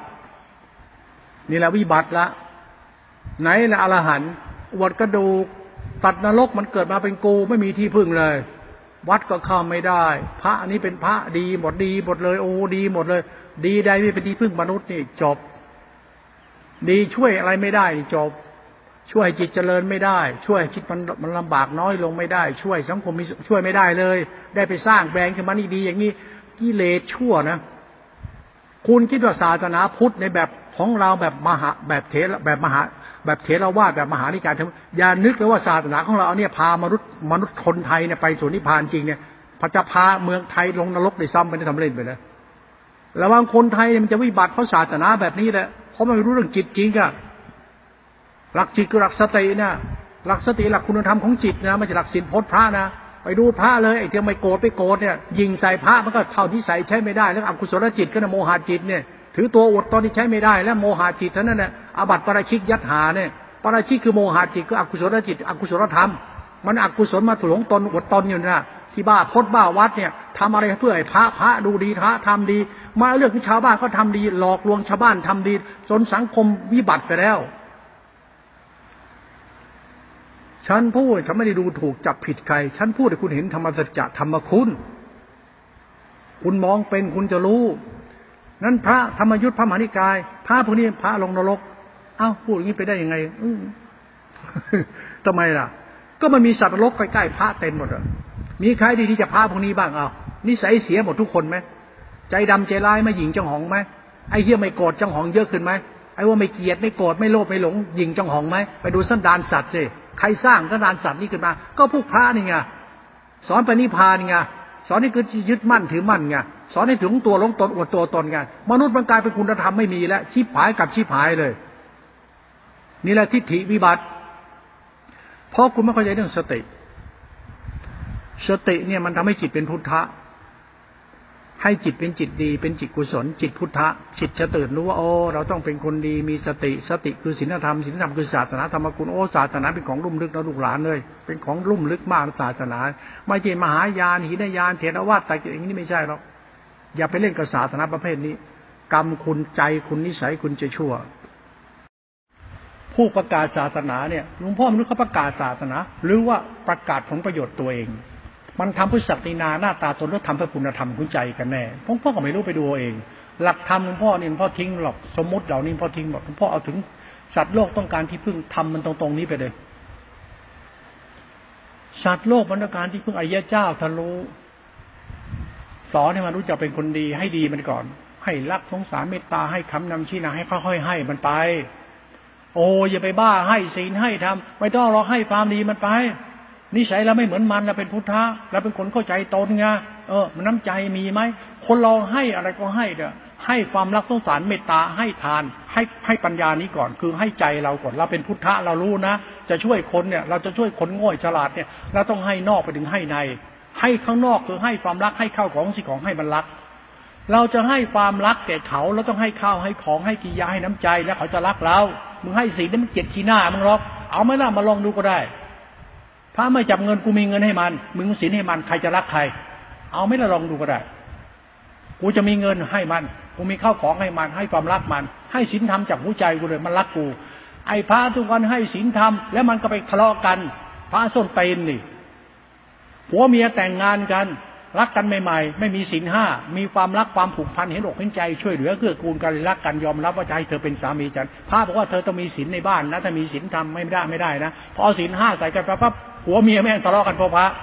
Speaker 1: ละไหนละอรหันต์อวดกระดูกตัดนรกมันเกิดมาเป็นกูไม่มีที่พึ่งเลยวัดก็เข้าไม่ได้พระอันนี้เป็นพระดีหมดเลยโอ้ดีหมดเลยดีใดไม่เป็นที่พึ่งมนุษย์นี่จบดีช่วยอะไรไม่ได้นี่จบช่วยจิตเจริญไม่ได้ช่วยจิตมันลำบากน้อยลงไม่ได้ช่วยสังคมช่วยไม่ได้เลยได้ไปสร้างแบงค์ขึ้นมานี่ดีอย่างนี้กิเลสชั่วนะคุณคิดว่าศาสนาพุทธในแบบของเราแบบแบบเถรวาทแบบมหานิกายอย่านึกเลยว่าศาสนาของเราเนี่ยพามนุษย์คนไทยเนี่ยไปสู่นิพพานจริงเนี่ยพระจะพาเมืองไทยลงนรกได้ซ้ำไปได้ทำเล่นไปเลยระวังคนไทยมันจะวิบัติเพราะศาสนาแบบนี้แหละเพราะมันไม่รู้เรื่องจิตจริงอะหลักจิตคือหลักสตินะหลักสติหลักคุณธรรมของจิตนะไม่ใช่หลักศีลพจน์พระนะไปดูพระเลยไอ้ที่ไม่โกรธเนี่ยยิงใส่พระมันก็เท่าที่ใส่ใช้ไม่ได้แล้วอกุศลจิตก็นะโมหะจิตเนี่ยถือตัวอดตอนที่ใช้ไม่ได้แล้วโมหะจิตเท่านั้นแหละอาบัติปาราชิกยัดหาเนี่ยปาราชิกคือโมหะจิตคืออกุศลจิตอกุศลธรรมมันอกุศลมาหลงตนอดตนอยู่นะที่บ้าพจน์บ้าวัดเนี่ยทำอะไรเพื่อให้พระดูดีพระทำดีมาเรื่องที่ชาวบ้านเขาทำดีหลอกลวงชาวบ้านทำดีจนสังคมวิบัติไปแล้วฉันพูดฉันไม่ได้ดูถูกจับผิดใครฉันพูดให้คุณเห็นธรรมสัจจะธรรมคุณมองเป็นคุณจะรู้นั้นพระธรรมยุทธพระมหานิกายพระพวกนี้พระลงนรกเอ้าพูดอย่างนี้ไปได้ยังไงทำไมล่ะก็มันมีสัตว์นรกใกล้ๆพระเต็มหมดอ่ะมีใครดีที่จะพระพวกนี้บ้างเอานิสัยเสียหมดทุกคนไหมใจดำใจร้ายไม่หยิ่งจังหองไหมไอ้เหี้ยไม่โกรธจังหองเยอะขึ้นไหมไอ้ว่าไม่เกลียดไม่โกรธไม่โลภไม่หลงหยิ่งจังหองไหมไปดูสันดานสัตว์สิใครสร้างสันดานสัตว์นี้ขึ้นมาก็พวกพระนี่ไงสอนไปนิพพานไงสอนให้คือยึดมั่นถือมั่นไงสอนให้ถึงตัวหลงตนอวดตัวตนไงมนุษย์มันกลายเป็นคุณธรรมไม่มีแล้วชิบหายกับชิบหายเลยนี่แหละทิฏฐิวิบัติเพราะคุณไม่เข้าใจเรื่องสติเนี่ยมันทำให้จิตเป็นพุทธะให้จิตเป็นจิตดีเป็นจิตกุศลจิตพุทธะจิตจะตื่นรู้ว่าโอ้เราต้องเป็นคนดีมีสติคือศีลธรรมคือศาสนาธรรมกุลโอ้ศาสนาเป็นของลุ่มลึกนะลูกหลานเลยเป็นของลุ่มลึกมากศาสนาไม่ใช่มหายานหินยานเถรวาทแต่อย่างนี้ไม่ใช่หรอกอย่าไปเล่นกับศาสนาประเภทนี้กรรมคุณใจคุณนิสัยคุณจะชั่วผู้ประกาศศาสนาเนี่ยหลวงพ่อไม่รู้เขาประกาศศาสนาหรือว่าประกาศผลประโยชน์ตัวเองมันทำเพื่อศักดินาหน้าตาตนหรือทำเพื่อคุณธรรมของใจกันแน่หลวงพ่อก็ไม่รู้ไปดูเองหลักธรรมหลวงพ่อนี่หลวงพ่อทิ้งหรอกสมมติเหล่านี้หลวงพ่อทิ้งหมดหลวงพ่อเอาถึงสัตว์โลกต้องการที่พึ่งทำมันตรงๆนี้ไปเลยสัตว์โลกมันต้องการที่พึ่งอริยเจ้าทะลุสอนให้มันรู้จักเป็นคนดีให้ดีมันก่อนให้รักสงสารเมตตาให้คำนำชี้นำให้ค่อยๆให้มันไปโอ้อย่าไปบ้าให้ศีลให้ธรรมไม่ต้องรอให้ความดีมันไปนิสัยเราไม่เหมือนมันเราเป็นพุทธะเราเป็นคนเข้าใจตนไงมันน้ำใจมีไหมคนเราให้อะไรก็ให้เด้อให้ความรักสงสารเมตตาให้ทานให้ปัญญานี้ก่อนคือให้ใจเราก่อนเราเป็นพุทธะเรารู้นะจะช่วยคนเนี่ยเราจะช่วยคนโง่ฉลาดเนี่ยเราต้องให้นอกไปถึงให้ในให้ข้างนอกคือให้ความรักให้ข้าวของสิ่งของให้มันรักเราจะให้ความรักแก่เขาเราต้องให้ข้าวให้ของให้กิริยาให้น้ำใจแล้วเขาจะรักเรามึงให้ศีลนี่มันเกลียดขี้หน้ามึงหรอกเอาไหมล่ะมาลองดูก็ได้
Speaker 2: พระไม่จับเงินกูมีเงินให้มันมึงศีลให้มันใครจะรักใครเอาไม่ละลองดูก็ได้กูจะมีเงินให้มันกูมีข้าวของให้มันให้ความรักมันให้ศีลธรรมจากหัวใจกูเลยมันรักกูไอ้พระทุกวันให้ศีลธรรมแล้วมันก็ไปทะเลาะกันพระส้นตีนนี่ผัวเมียแต่งงานกันรักกันใหม่ๆไม่มีศีลห้ามีความรักความผูกพันเห็นอกเห็นใจช่วยเหลือเกื้อกูลกันรักกันยอมรับว่าจะให้เธอเป็นสามีฉันพระบอกว่าเธอต้องมีศีลในบ้านนะถ้ามีศีลธรรมไม่ได้นะพอศีลห้าใส่กันปั๊บผัวเมียแม่งทะเลาะกันเพราะพระ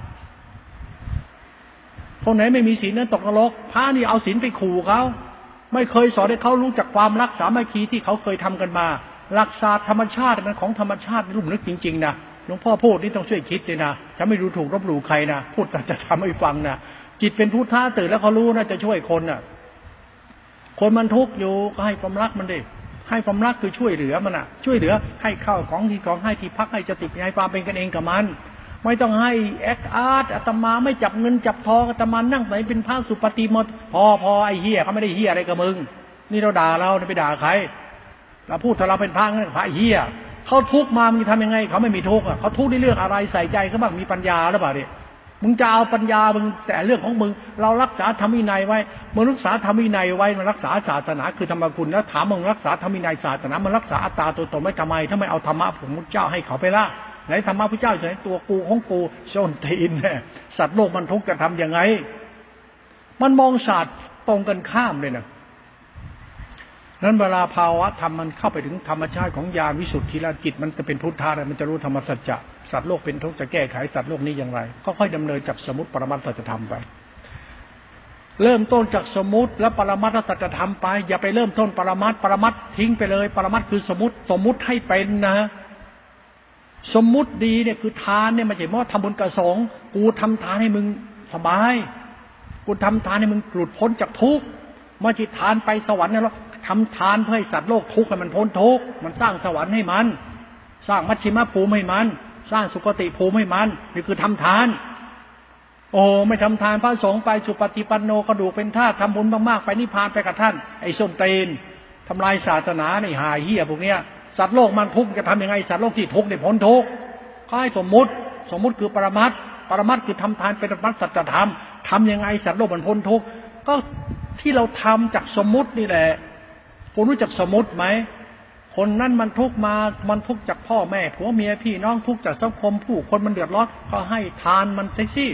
Speaker 2: คนไหนไม่มีศีลนั้นตกนรกพระนี่เอาศีลไปขู่เขาไม่เคยสอนให้เขารู้จักความรักสามัคคีที่เขาเคยทำกันมาหลักศาสตร์ธรรมชาติมันของธรรมชาติลุ่มลึกจริงๆนะหลวงพ่อพูดนี่ต้องช่วยคิดเลยนะจะไม่ดูถูกลบหลู่ใครนะพูดแต่จะทำให้ฟังนะจิตเป็นพุทธะตื่นแล้วเขารู้นะจะช่วยคนน่ะคนมันทุกข์อยู่ก็ให้ความรักมันดิให้ความรักคือช่วยเหลือมันน่ะช่วยเหลือให้ข้าวของที่ของให้ที่พักให้สติให้ความเป็นกันเองกับมันไม่ต้องให้แอคอาร์ตอาตมาไม่จับเงินจับทองอาตมานั่งไหนเป็นพระสุปฏิมดพอไอ้เหี้ยเขาไม่ได้เหี้ยอะไรกับมึงนี่เราด่าเราไปด่าใครเราพูดถ้าเราเป็นพระนั่นพระเหี้ยเขาทุกข์มามึงทำยังไงเขาไม่มีทุกข์อ่ะเขาทุกข์ในเรื่องอะไรใส่ใจเขาบ้างมีปัญญาหรือเปล่าเนี่ยมึงจะเอาปัญญามึงแต่เรื่องของมึงเรารักษาธรรมวินัยไว้มึงรักษาธรรมวินัยไว้มันรักษาศาสนาคือธรรมคุณแล้วถามมึงรักษาธรรมวินัยศาสนามันรักษาอัตตาตัวตนไม่ทำไมถ้าไม่เอาธรรมะของพุทธเจ้าให้เขาไปละไหนธรรมะพุทธเจ้าไหนตัวกูของกูส้นตีนเนี่ยสัตว์โลกมันทุกข์จะทำยังไงมันมองศาสตร์ตรงกันข้ามเลยนะนั้นเวลาภาวะธรรมมันเข้าไปถึงธรรมชาติของญาณวิสุทธิแล้วจิตมันจะเป็นพุทธะแล้วมันจะรู้ธรรมสัจจะสัตว์โลกเป็นทุกข์จะแก้ไขสัตว์โลกนี้อย่างไรก็ค่อยดำเนินจากสมมติปรมัตถสัจธรรมไปเริ่มต้นจากสมมติและปรมัตถสัจธรรมไปอย่าไปเริ่มต้นปรมัตถ์ทิ้งไปเลยปรมัตถ์คือสมมติให้เป็นนะสมมุติดีเนี่ยคือทานเนี่ยมันจะว่าทำบุญกระสงกูทำทานให้มึงสบายกูทำทานให้มึงหลุดพ้นจากทุกข์มาจิตทานไปสวรรค์เนี่ยเราทำทานเพื่อให้สัตว์โลกทุกข์ให้มันพ้นทุกข์มันสร้างสวรรค์ให้มันสร้างมัชฌิมภูมิให้มันสร้างสุคติภูมิให้มันนี่คือทำทานโอ้ไม่ทำทานพระสงฆ์ไปสุปฏิปันโนกระดูกเป็นทาสทำบุญมากๆไปนิพพานไปกับท่านไอ้ส้นตีนทำลายศาสนาในหายเหี้ยพวกเนี้ยสัตว์โลกมันทุกข์จะทำยังไงสัตว์โลกที่ทุกข์ได้พ้นทุกข์ก็ให้สมมุติคือปรมัตถ์คือทำทานเป็นปรมัตถ์สัจธรรมทำยังไงสัตว์โลกมันพ้นทุกข์ก็ที่เราทำจากสมมุตินี่แหละคุณรู้จักสมมุติไหมคนนั้นมันทุกข์มามันทุกข์จากพ่อแม่ผัวเมียพี่น้องทุกข์จากสังคมผู้คนมันเดือดร้อนก็ให้ทานมันเซ็กซี่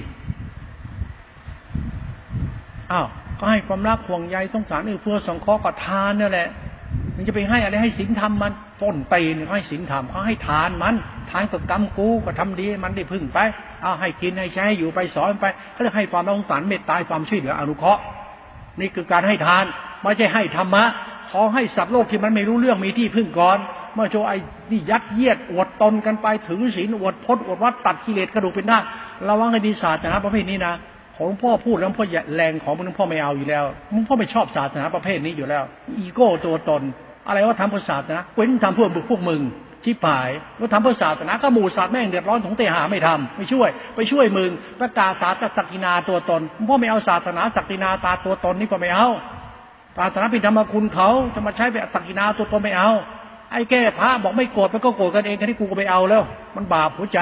Speaker 2: ก็ให้ความรักห่วงใยสงสารเพื่อสงเคราะห์กับทานนั่นแหละมันจะไปให้อะไรให้ศีลธรรมมันต้นตีนให้ศีลธรรมเขาให้ทานมันทานกับกรรมกูก็ทำดีมันได้พึ่งไปให้กินให้ใช้อยู่ไปสอนไปเขาจะให้ความสงสารเมตตาความช่วยเหลืออนุเคราะห์นี่คือการให้ทานไม่ใช่ให้ธรรมะขอให้สัตว์โลกที่มันไม่รู้เรื่องมีที่พึ่งก่อนเมื่อโจไอ้นี่ยัดเยียดอวดตนกันไปถือศีลอวดพจน์อวดวัดตัดกิเลสกระดูกเป็นหน้าระวังให้ดีศาสตร์นะประเภทนี้นะของพ่อพูดแล้วพ่อแรงของมึงพ่อไม่เอาอยู่แล้วมึงพ่อไม่ชอบศาสนาประเภทนี้อยู่แล้วอีโก้ตัวตนอะไรว่าทำเพื่อศาสนาเว้นทำเพื่อพวกมึงชิบหายว่าทำเพื่อศาสนาก็หมู่ศาสตร์แม่งเดือดร้อนของเตหาไม่ทำไม่ช่วยไปช่วยมึงประกาศศาสนาศักดินาตัวตนพ่อไม่เอาศาสนาศักดินาตาตัวตนนี่ก็ไม่เอาศาสนาเป็นธรรมคุณเขาจะมาใช้แบบศักดินาตัวตนไม่เอาไอ้แก้พระบอกไม่โกรธมันก็โกรธกันเองแค่ที่กูก็ไปเอาแล้วมันบาปหัวใจ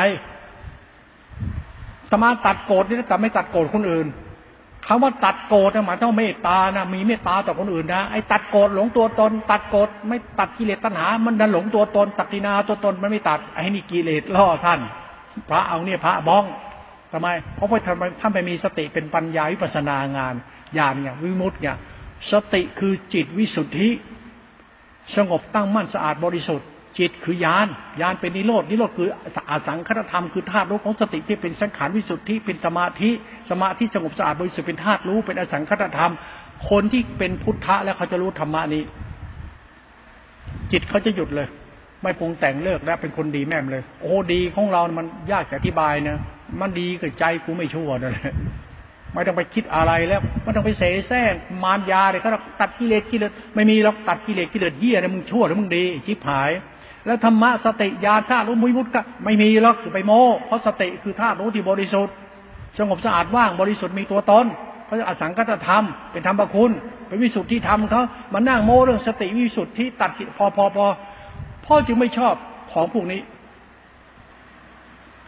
Speaker 2: สมาตัดโกรธนี่แต่ไม่ตัดโกรธคนอื่นคำว่าตัดโกรธหมายถึงเมตตานะมีเมตตาต่อคนอื่นนะไอ้ตัดโกรธหลงตัวตนตัดโกรธไม่ตัดกิเลสตัณหามันดันหลงตัวตนศักดินาตัวตนมันไม่ตัดไอ้นี่กิเลสล่อท่านพระเอาเนี่ยพระบ้องทำไมเพราะว่าท่านไปมีสติเป็นปัญญาวิปัสสนางานญาณเนี่ยวิมุตติเนี่ยสติคือจิตวิสุทธิสงบตั้งมั่นสะอาดบริสุทธิ์จิตคือญาณเป็นนิโรธคืออสังขตธรรมคือธาตุรู้ของสติที่เป็นสังขารวิสุทธิเป็นสมาธิสงบสะอาดบริสุทธิ์เป็นธาตุรู้เป็นอสังขตธรรมคนที่เป็นพุทธะแล้วเขาจะรู้ธรรมะนี้จิตเขาจะหยุดเลยไม่ปรุงแต่งเลิกแล้วเป็นคนดีแม่มเลยโอ้ดีของเรามันยากจะอธิบายนะมันดีกับใจกูไม่ชั่วเลยไม่ต้องไปคิดอะไรแล้วไม่ต้องไปเสแสร้งมารยาเลยเขาตัดกิเลสไม่มีหรอกตัดกิเลสเหี้ยนะมึงชั่วหรือมึงดีชิบหายแล้วธรรมะสติญาณธาตุรู้มุตก็ไม่มีหรอกไปโม้เพราะสติคือธาตุรู้ที่บริสุทธิ์สงบสะอาดว่างบริสุทธิ์มีตัวตนเขาจะอสังขตธรรมเป็นธรรมคุณเป็นวิสุทธิธรรมเขามานั่งโม้เรื่องสติวิสุทธิตัดพ่อจึงไม่ชอบของพวกนี้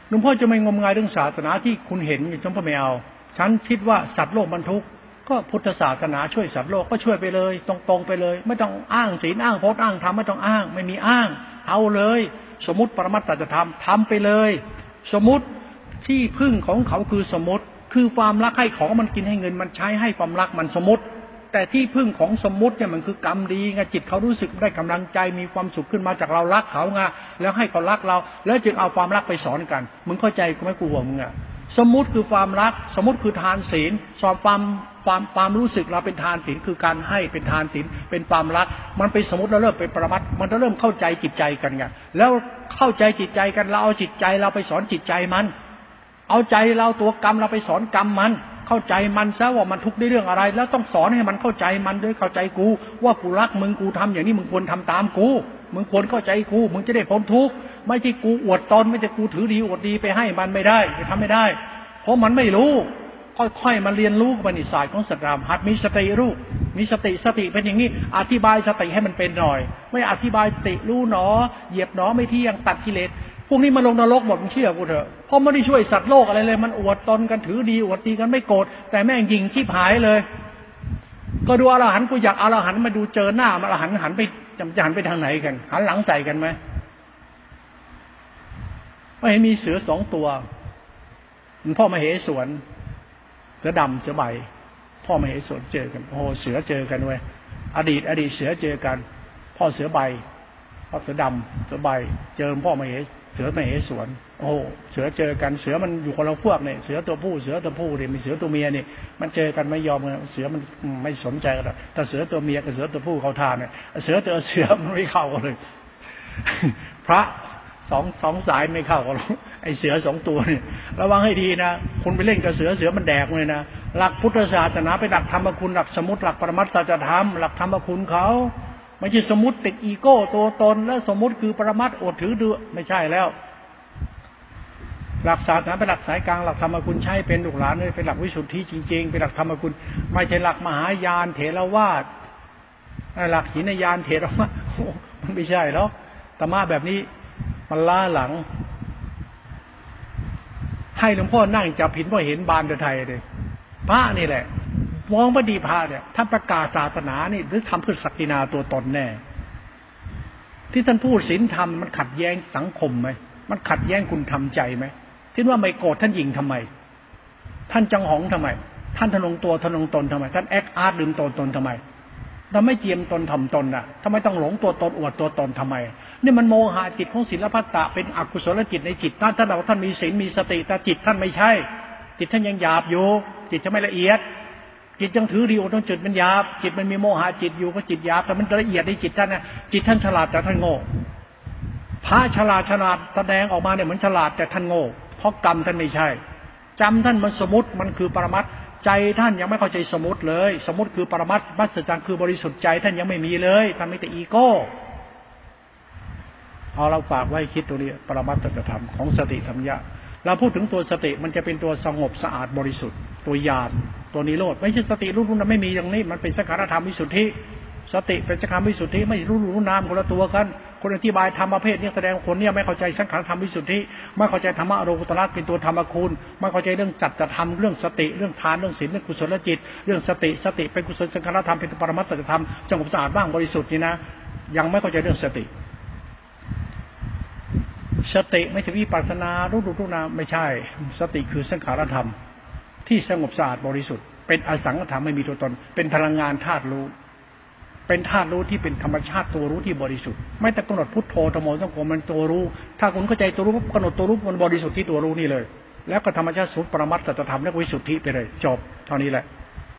Speaker 2: หลวงพ่อจะไม่งมงายเรื่องศาสนาที่คุณเห็นอย่างฉันไม่เอาฉันคิดว่าสัตว์โลกบรรทุกก็พุทธศาสนาช่วยสัตว์โลกก็ช่วยไปเลยตรงๆไปเลยไม่ต้องอ้างศีลอ้างพจน์อ้างธรรมไม่ต้องอ้างไม่มีอ้างเอาเลยสมมุติปรมัตถธรรมทำไปเลยสมมุติที่พึ่งของเขาคือสมมุติคือความรักให้ของมันกินให้เงินมันใช้ให้ความรักมันสมมุติแต่ที่พึ่งของสมมุติเนี่ยมันคือกรรมดีไงจิตเขารู้สึกได้กำลังใจมีความสุขขึ้นมาจากเรารักเขาไงแล้วให้เขารักเราแล้วจึงเอาความรักไปสอนกันมึงเข้าใจกูไหมกูห่วงมึงอ่ะสมมุติคือความรักสมมุติคือทานศีลสอนความรู้สึกเราเป็นทานศีลคือการให้เป็นทานศีลเป็นความรักมันเป็นสมมุติแล้วเริ่มเป็นปรมัตถ์มันจะเริ่มเข้าใจจิตใจกันไงแล้วเข้าใจจิตใจกันเราเอาจิตใจเราไปสอนจิตใจมันเอาใจเราตัวกรรมเราไปสอนกรรมมันเข้าใจมันซะว่ามันทุกข์ในเรื่องอะไรแล้วต้องสอนให้มันเข้าใจมันด้วยเข้าใจกูว่ากูรักมึงกูทำอย่างนี้มึงควรทำตามกูมึงควรเข้าใจกูมึงจะได้พ้นทุกข์ไม่ใช่กูอวดตนไม่ใช่กูถือดีอวดดีไปให้มันไม่ได้ทำไม่ได้เพราะมันไม่รู้ค่อยๆมาเรียนรู้กับนิสัยของสัตว์หัดมีสติรู้มีสติเป็นอย่างนี้อธิบายสติให้มันเป็นหน่อยไม่อธิบายสติรู้หนอเหยียบหนอไม่เที่ยงตัดกิเลสพวกนี้มันลงนรกหมดมึงเชื่อกูเถอะเพราะไม่ได้ช่วยสัตว์โลกอะไรเลยมันอวดตนกันถือดีอวดดีกันไม่โกรธแต่แม่งยิงชีพหายเลยก็ดูอรหันต์กูอยากอรหันต์มาดูเจอหน้าอรหันต์หันไปจะหันไปทางไหนกันหันหลังใส่กันไหมไม่มีเสือ2 ตัวมันพ่อมเหสวนเสือดำเสือใบพ่อมเหสวนเจอกันโอ้เสือเจอกันเว้ยอดีตเสือเจอกันพ่อเสือใบพ่อเสือดำเสือใบเจอพ่อมเหเสือมเหสวนโอ้เสือเจอกันเสือมันอยู่คนละพวกเนี่ยเสือตัวผู้เนี่ยมีเสือตัวเมียนี่มันเจอกันไม่ยอมเสือมันไม่สนใจกันแต่เสือตัวเมียกับเสือตัวผู้เขาทานเนี่ยเสือมันไม่เข้ากันเลยพระสองสายไม่เข้ากันไอเสือ2 ตัวเนี่ยระวังให้ดีนะคุณไปเล่นกับเสือมันแดกเลยนะหลักพุทธศาสนาเป็นหลักธรรมคุณหลักสมมติหลักปรมัตถสัจธรรมหลักธรรมคุณเขาไม่ใช่สมมติติดอีโก้ตัวตนแล้วสมมติคือปรมัตถ์อดถือดื้อไม่ใช่แล้วหลักศาสนาเป็นหลักสายกลางหลักธรรมคุณใช้เป็นลูกหลานเลยเป็นหลักวิสุทธิจริงๆเป็นหลักธรรมคุณไม่ใช่หลักมหายานเถรวาทหลักหินยานเถรวาทมันไม่ใช่หรอกธรรมะแบบนี้มันล้าหลังให้หลวงพ่อนั่งจับหินพ่อเห็นบานไทยเลยพระนี่แหละมองพอดีพระเนี่ยท่านประกาศศาสนานี่หรือทำเพื่อศักดินาตัวตนแน่ที่ท่านพูดศีลธรรมมันขัดแย้งสังคมไหมมันขัดแย้งคุณทำใจไหมที่ว่าไม่โกรธท่านยิงทำไมท่านจังหองทำไมท่านทนงตัวทนงตนทำไมท่านแอคอาร์ตลืมตนทำไมเราไม่เจียมตนถ่อมตนอ่ะทำไมต้องหลงตัวตนอวดตัวตนทำไมนี่มันโมหะจิตของศีลพัตตะเป็นอกุศลจิตในจิตท่านบอกท่านมีศีลมีสติแต่จิตท่านไม่ใช่จิตท่านยังหยาบอยู่จิตจะไม่ละเอียดจิตยังถือดีอดต้องจุดมันหยาบจิตมันมีโมหะจิตอยู่ก็จิตหยาบแต่มันละเอียดในจิตท่านนะจิตท่านฉลาดแต่ท่านโง่พระฉลาดแสดงออกมาเนี่ยเหมือนฉลาดแต่ท่านโง่เพราะกรรมท่านไม่ใช่จำท่านมันสมมติมันคือปรมัตถ์ใจท่านยังไม่เข้าใจสมมติเลยสมมติคือปรมัตถ์มัจจ์คือบริสุทธิ์ใจท่านยังไม่มีเลยท่านมีแต่อีโก้เอาเราฝากไว้คิดตัวนี้ปรมัตถธรรมของสติสัมยาเราพูดถึงตัวสติมันจะเป็นตัวสงบสะอาดบริสุทธิ์ตัวญาณตัวนิโรธไม่ใช่สติรู้นะไม่มีอย่างนี้มันเป็นสังขารธรรมวิสุทธิสติเป็นสังขารวิสุทธิไม่รู้นามคนละตัวกันคนอธิบายธรรมประเภทนี้แสดงคนเนี่ยไม่เข้าใจสังขารธรรมวิสุทธิไม่เข้าใจธรรมะโลกุตระเป็นตัวธรรมคุณไม่เข้าใจเรื่องจัตตธรรมเรื่องสติเรื่องทานเรื่องศีลเรื่องกุศลจิตเรื่องสติเป็นกุศลสังขารธรรมเป็นปรมัตถธรรมสงบสะอาดบ้างบริสุทธิ์นี่นะยังไม่เข้าใจเรื่องสติไม่ใช่วิปัสสนารู้นามไม่ใช่สติคือสังขารธรรมที่สงบสะอาดบริสุทธิ์เป็นอสังขตธรรมไม่มีตัวตนเป็นพลังงานธาตุรู้เป็นธาตุรู้ที่เป็นธรรมชาติตัวรู้ที่บริสุทธิ์ไม่แต่กำหนดพุทโธธัมโมสังโฆมันตัวรู้ถ้าคุณเข้าใจตัวรู้กำหนดตัวรู้มันบริสุทธิ์ที่ตัวรู้นี่เลยแล้วก็ธรรมชาติสุดปรมัตถสัจธรรมและวิสุทธิไปเลยจบเท่านี้แหละ